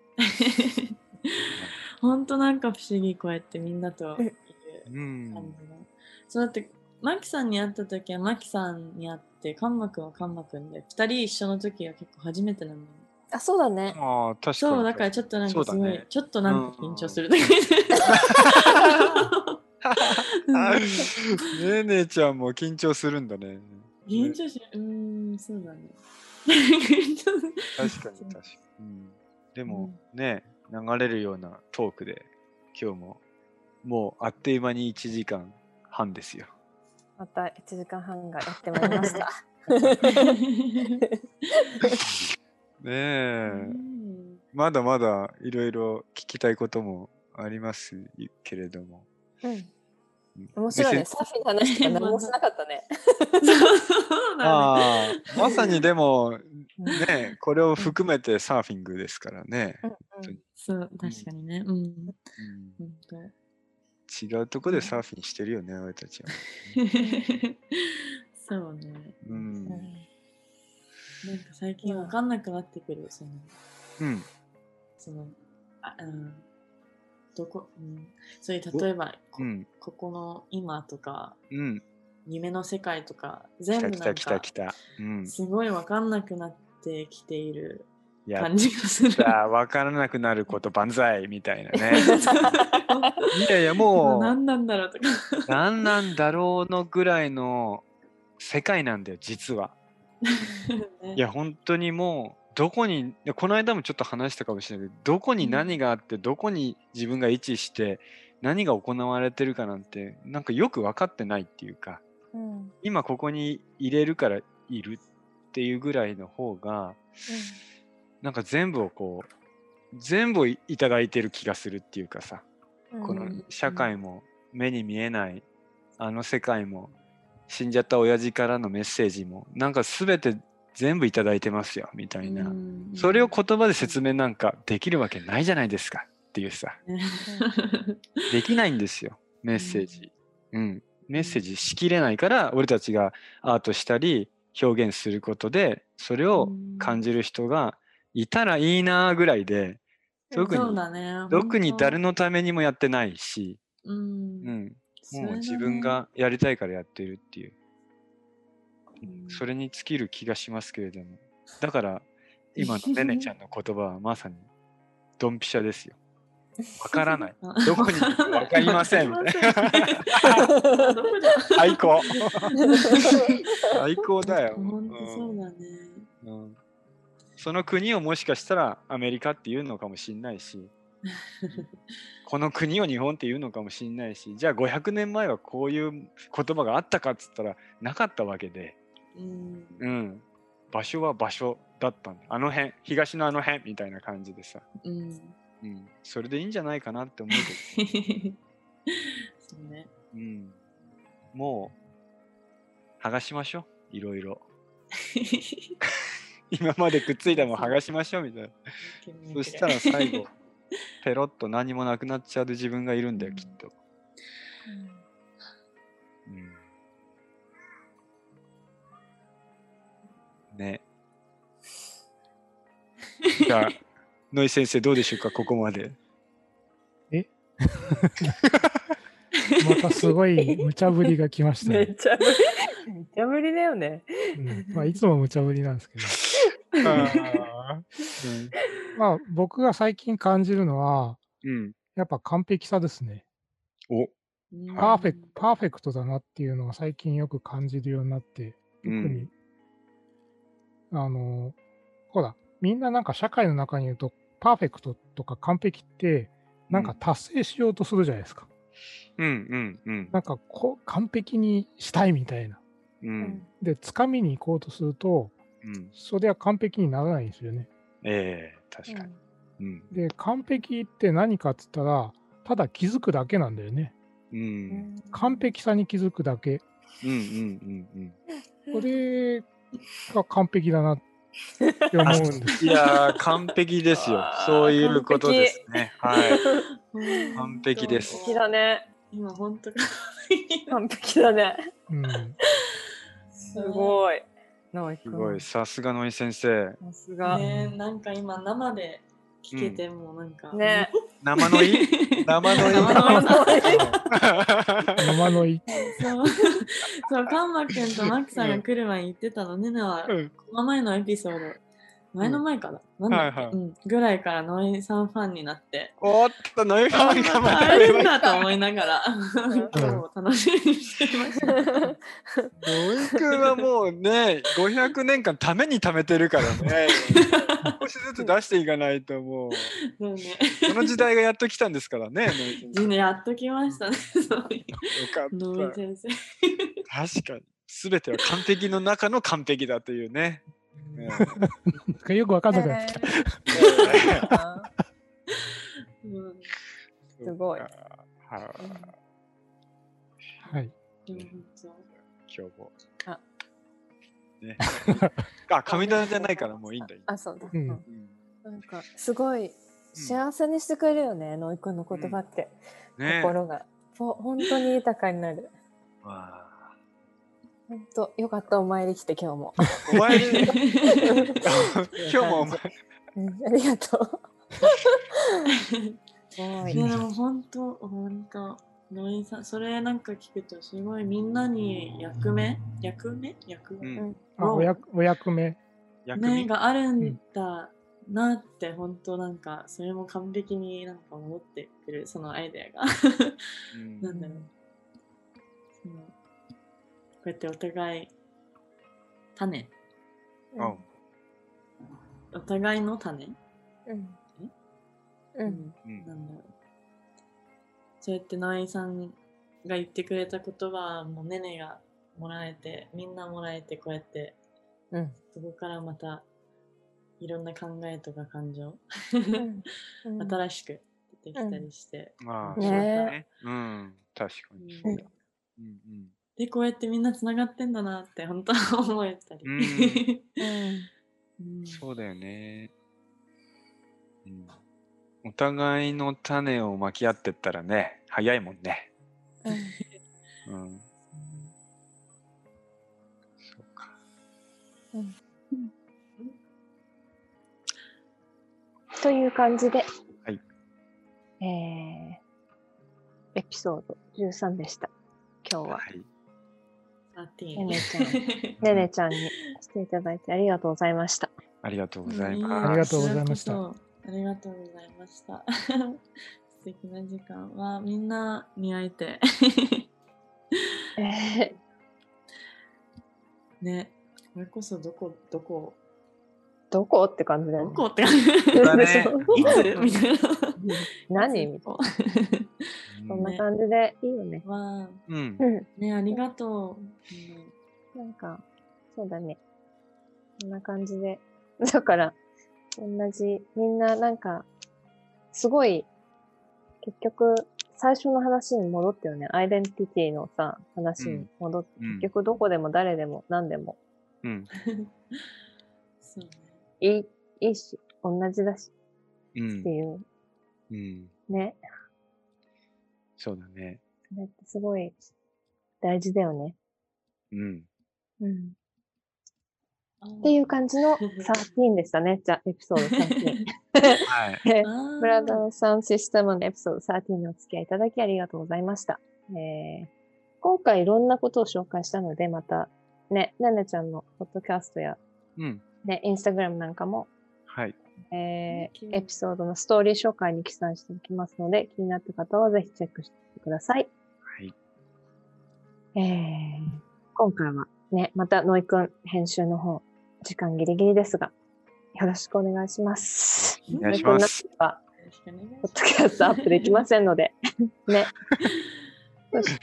本当なんか不思議、こうやってみんなといる感じの。そうだってマキさんに会った時はマキさんに会ってカンマくんはカンマくんで2人一緒の時は結構初めてなの。 あ、そうだね。 ああ、確かに。 そうだからちょっとなんかすごい、ちょっとなんか緊張する。ねえねえちゃんも緊張するんだね。 緊張し、そうだね。 確かに。でもね、流れるようなトークで今日ももうあっという間に1時間半ですよ。 また1時間半がやってまいりました。 ねえ、まだまだいろいろ聞きたいこともありますけれども。 面白いね。サーフィンの話とか何もしなかったね。 まさにでもね、これを含めてサーフィングですからね。 そう、確かにね。 違うとこでサーフィンしてるよね、俺たちは。 そうね。 うんなんか最近わかんなくなってくる。 うん。 どこ、そういう例えばここの今とか、夢の世界とか全部なんかすごいわかんなくなってきている感じがする。 わからなくなること万歳みたいなね。いやいやもう何なんだろうとか何なんだろうのぐらいの世界なんだよ実は。ね、いや本当にもうどこにこの間もちょっと話したかもしれないけどどこに何があってどこに自分が位置して何が行われてるかなんてなんかよく分かってないっていうか、今ここに入れるからいるっていうぐらいの方が、なんか全部をいただいてる気がするっていうかさ、この社会も目に見えないあの世界も死んじゃった親父からのメッセージもなんか全て全部いただいてますよみたいな、それを言葉で説明なんかできるわけないじゃないですかっていうさ、できないんですよメッセージ、メッセージしきれないから俺たちがアートしたり表現することでそれを感じる人がいたらいいなぐらいで、特に誰のためにもやってないし、もう自分がやりたいからやってるっていう、それに尽きる気がしますけれども、だから今のねねちゃんの言葉はまさにドンピシャですよ。わからない。どこにわかりませんみたいな。最高。最高だよ。 本当そうだね。 その国をもしかしたらアメリカっていうのかもしれないし、この国を日本っていうのかもしれないし、じゃあ500年前はこういう言葉があったかっつったらなかったわけで、場所は場所だったんだ。あの辺、東のあの辺みたいな感じでさ。それでいいんじゃないかなって思うけど。 そうね。 もう剥がしましょう、いろいろ。今までくっついたもん剥がしましょうみたいな。そしたら最後ペロッと何もなくなっちゃう自分がいるんだよ、きっと。ね。じゃあノイ先生どうでしょうか、ここまで。 またすごい無茶ぶりが来ましたね。 無茶ぶりだよね。 いつも無茶ぶりなんですけど。僕が最近感じるのは、やっぱ完璧さですね。パーフェクトだなっていうのは最近よく感じるようになって、特に、ほら、みんななんか社会の中にいると、パーフェクトとか完璧って、なんか達成しようとするじゃないですか。なんか完璧にしたいみたいな。で、つかみに行こうとすると、それは完璧にならないんですよね。 確かに。 で、完璧って何かっつったら、ただ気づくだけなんだよね。完璧さに気づくだけ。これが完璧だなって思うんです。 いやー、完璧ですよ。そういうことですね。完璧です。 完璧だね。 今本当完璧だね。すごい。 すごい、さすがノイ先生。 さすが。 なんか今生で聞けてもなんか。 生のい生のいそう、カンマくんとマックさんが来る前に言ってたのね、は、この前のエピソード、前の前かな、なんだっけ、ぐらいからノイさんファンになって、 おっと、ノイファンがまたあれだと思いながら、今日も楽しみにしていました。ノイくんはもうね、500年間ために貯めてるからね。少しずつ出していかないともう、この時代がやっと来たんですからね。 やっと来ましたね。 よかった。 ノイ先生。 確かに。すべては完璧の中の完璧だというね。 よくわかんなくなってきた。 すごい。 はい。 今日も。神棚じゃないからもういいんだよ。 そうだ。なんかすごい幸せにしてくれるよね、ノイ君の言葉って。心が。 そう、本当に豊かになる。 わあ。 本当、よかった、お参り来て、今日も。 お前今日もお前。 ありがとう。 でも本当ノイさん、それなんか聞くとすごいみんなに役目、 お役目ねがあるんだなって本当なんかそれも完璧になんか思ってくるそのアイデアがなんだろう、こうやってお互い種、お互いの種、なんだろう、そうやってノイさんが言ってくれた言葉もネネがもらえて、みんなもらえて、こうやって、そこからまたいろんな考えとか感情、新しく出てきたりして、 ね、 確かに。 でこうやってみんなつながってんだなって本当は思えたり。 そうだよね。お互いの種をまき合ってったらね、早いもんね。そうか。 という感じで、 はい、 エピソード13でした。今日は。ねねちゃんにしていただいてありがとうございました。 ありがとうございます。 ありがとうございました。 ありがとうございました。素敵な時間はみんなに会えて。ね、これこそどこって感じだよね。 どこって感じだね。いつみたいな。 何みたいな。そんな感じでいいよね。 ね、ありがとう。なんか、そうだね。こんな感じで。だから、同じ、みんななんか、すごい、結局、最初の話に戻ったよね。アイデンティティのさ、話に戻って、結局どこでも誰でも何でも。 そうね。 いいし、同じだし、っていう。ね。 そうだね。 それってすごい大事だよね。っていう感じの13でしたね。じゃあ、エピソード13。ブラザーさんシステムのエピソード13にお付き合いいただきありがとうございました。今回いろんなことを紹介したので、また、ねねちゃんのポッドキャストや、ね、インスタグラムなんかも、エピソードのストーリー紹介に記載しておきますので、気になった方はぜひチェックしてみてください。今回はね、またノイくん編集の方、時間ギリギリですが、よろしくお願いします。 お願いします。 ポッドキャストアップできませんので、ね。そして、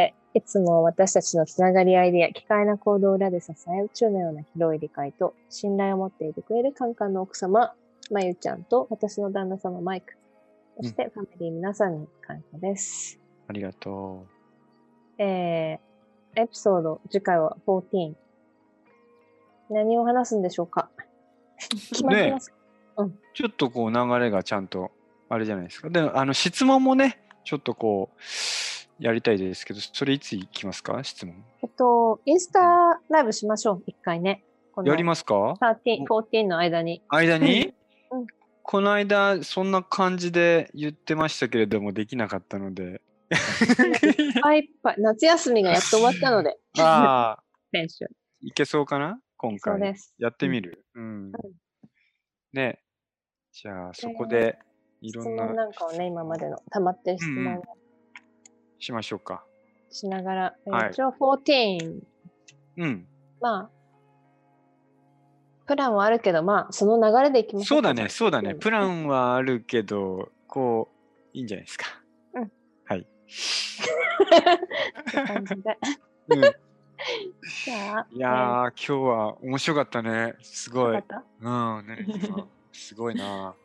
いつも私たちのつながりアイデア、奇怪な行動を裏で支え、宇宙のような広い理解と信頼を持っていてくれるカンカンの奥様、まゆちゃんと私の旦那様マイク、そしてファミリー皆さんに感謝です。 ありがとう。エピソード、次回は14。何を話すんでしょうか？決まってますか？ ちょっとこう流れがちゃんとあれじゃないですか。で、質問もね、ちょっとこう、やりたいですけど、それいつ行きますか？質問。 インスタライブしましょう。一回ね。 やりますか ？13、14の間に。 この間、そんな感じで言ってましたけれども、できなかったので。 いっぱいいっぱい。夏休みがやっと終わったので。練習。 いけそうかな今回。 そうです。 やってみる。ね。じゃあ、そこで、いろんな。 質問なんかをね、今までの溜まってる質問を。 しましょうか。 しながら、一応14。まあ、プランはあるけど、まあ、その流れでいきましょうか。 そうだね。プランはあるけど、こう、いいんじゃないですか。はい。 って感じで。じゃあ。 いやー、今日は面白かったね。すごい。すごいな。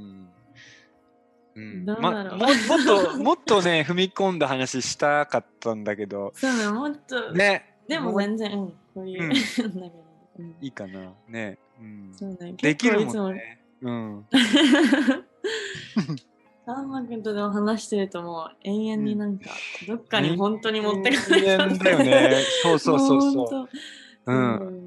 もっとね、踏み込んだ話したかったんだけど。 そうね、もっと。 ね。 でも全然、こういう。 いいかな。ね。 そうね。 できるもんね。 カンマ君とでも話してるともう永遠になんかどっかに本当に持ってかれ永遠だよね。そうそうそうそう。うん。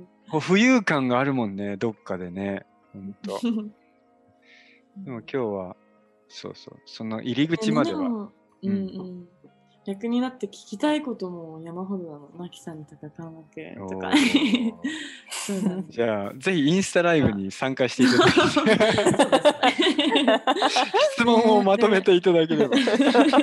浮遊感があるもんね、どっかでね。本当。でも今日はそうそう、その入り口までは。 逆になって聞きたいことも山ほどなの。マキさんとかカンマ君とか。 じゃあぜひインスタライブに参加していただいて質問をまとめていただければ。そう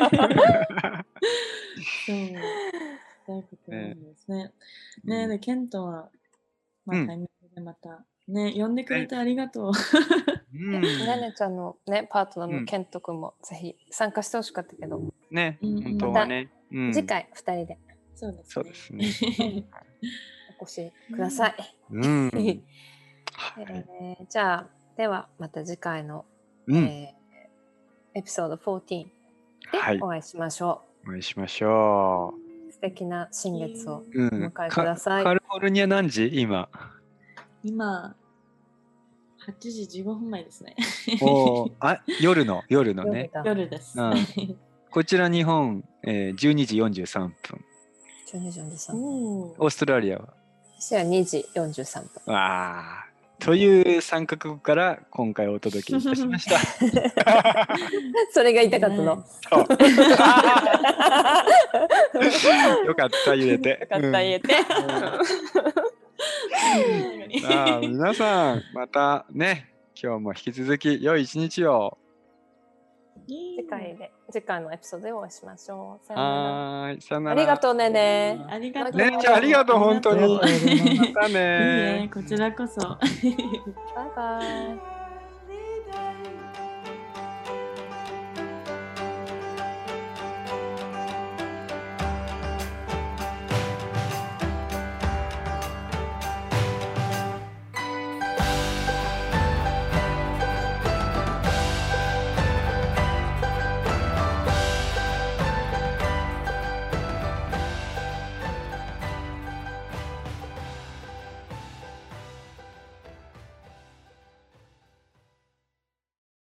いうことなんですね。ねえ、でケントはタイミングでまたね呼んでくれてありがとう。 ねねちゃんのねパートナーのケント君もぜひ参加してほしかったけど。 ね、本当はね。 次回2人で。 そうですね。 お越しください。じゃあではまた次回のエピソード14でお会いしましょう。お会いしましょう。素敵な新月をお迎えください。 カリフォルニア何時今 8時15分前ですね。 夜のね。 夜です。 こちら日本、12時43分。 12時43分。 オーストラリアは私は2時43分。 という3カ国から今回お届けいたしました。 それが言いたかったの。 よかった言えて。 よかった言えて。 皆さんまたね、今日も引き続き良い一日を。 次回のエピソードでお会いしましょう。 さよなら。 ありがとうねね。 ありがとう。 ね、ありがとう本当に。またね。 こちらこそ。 バイバイ。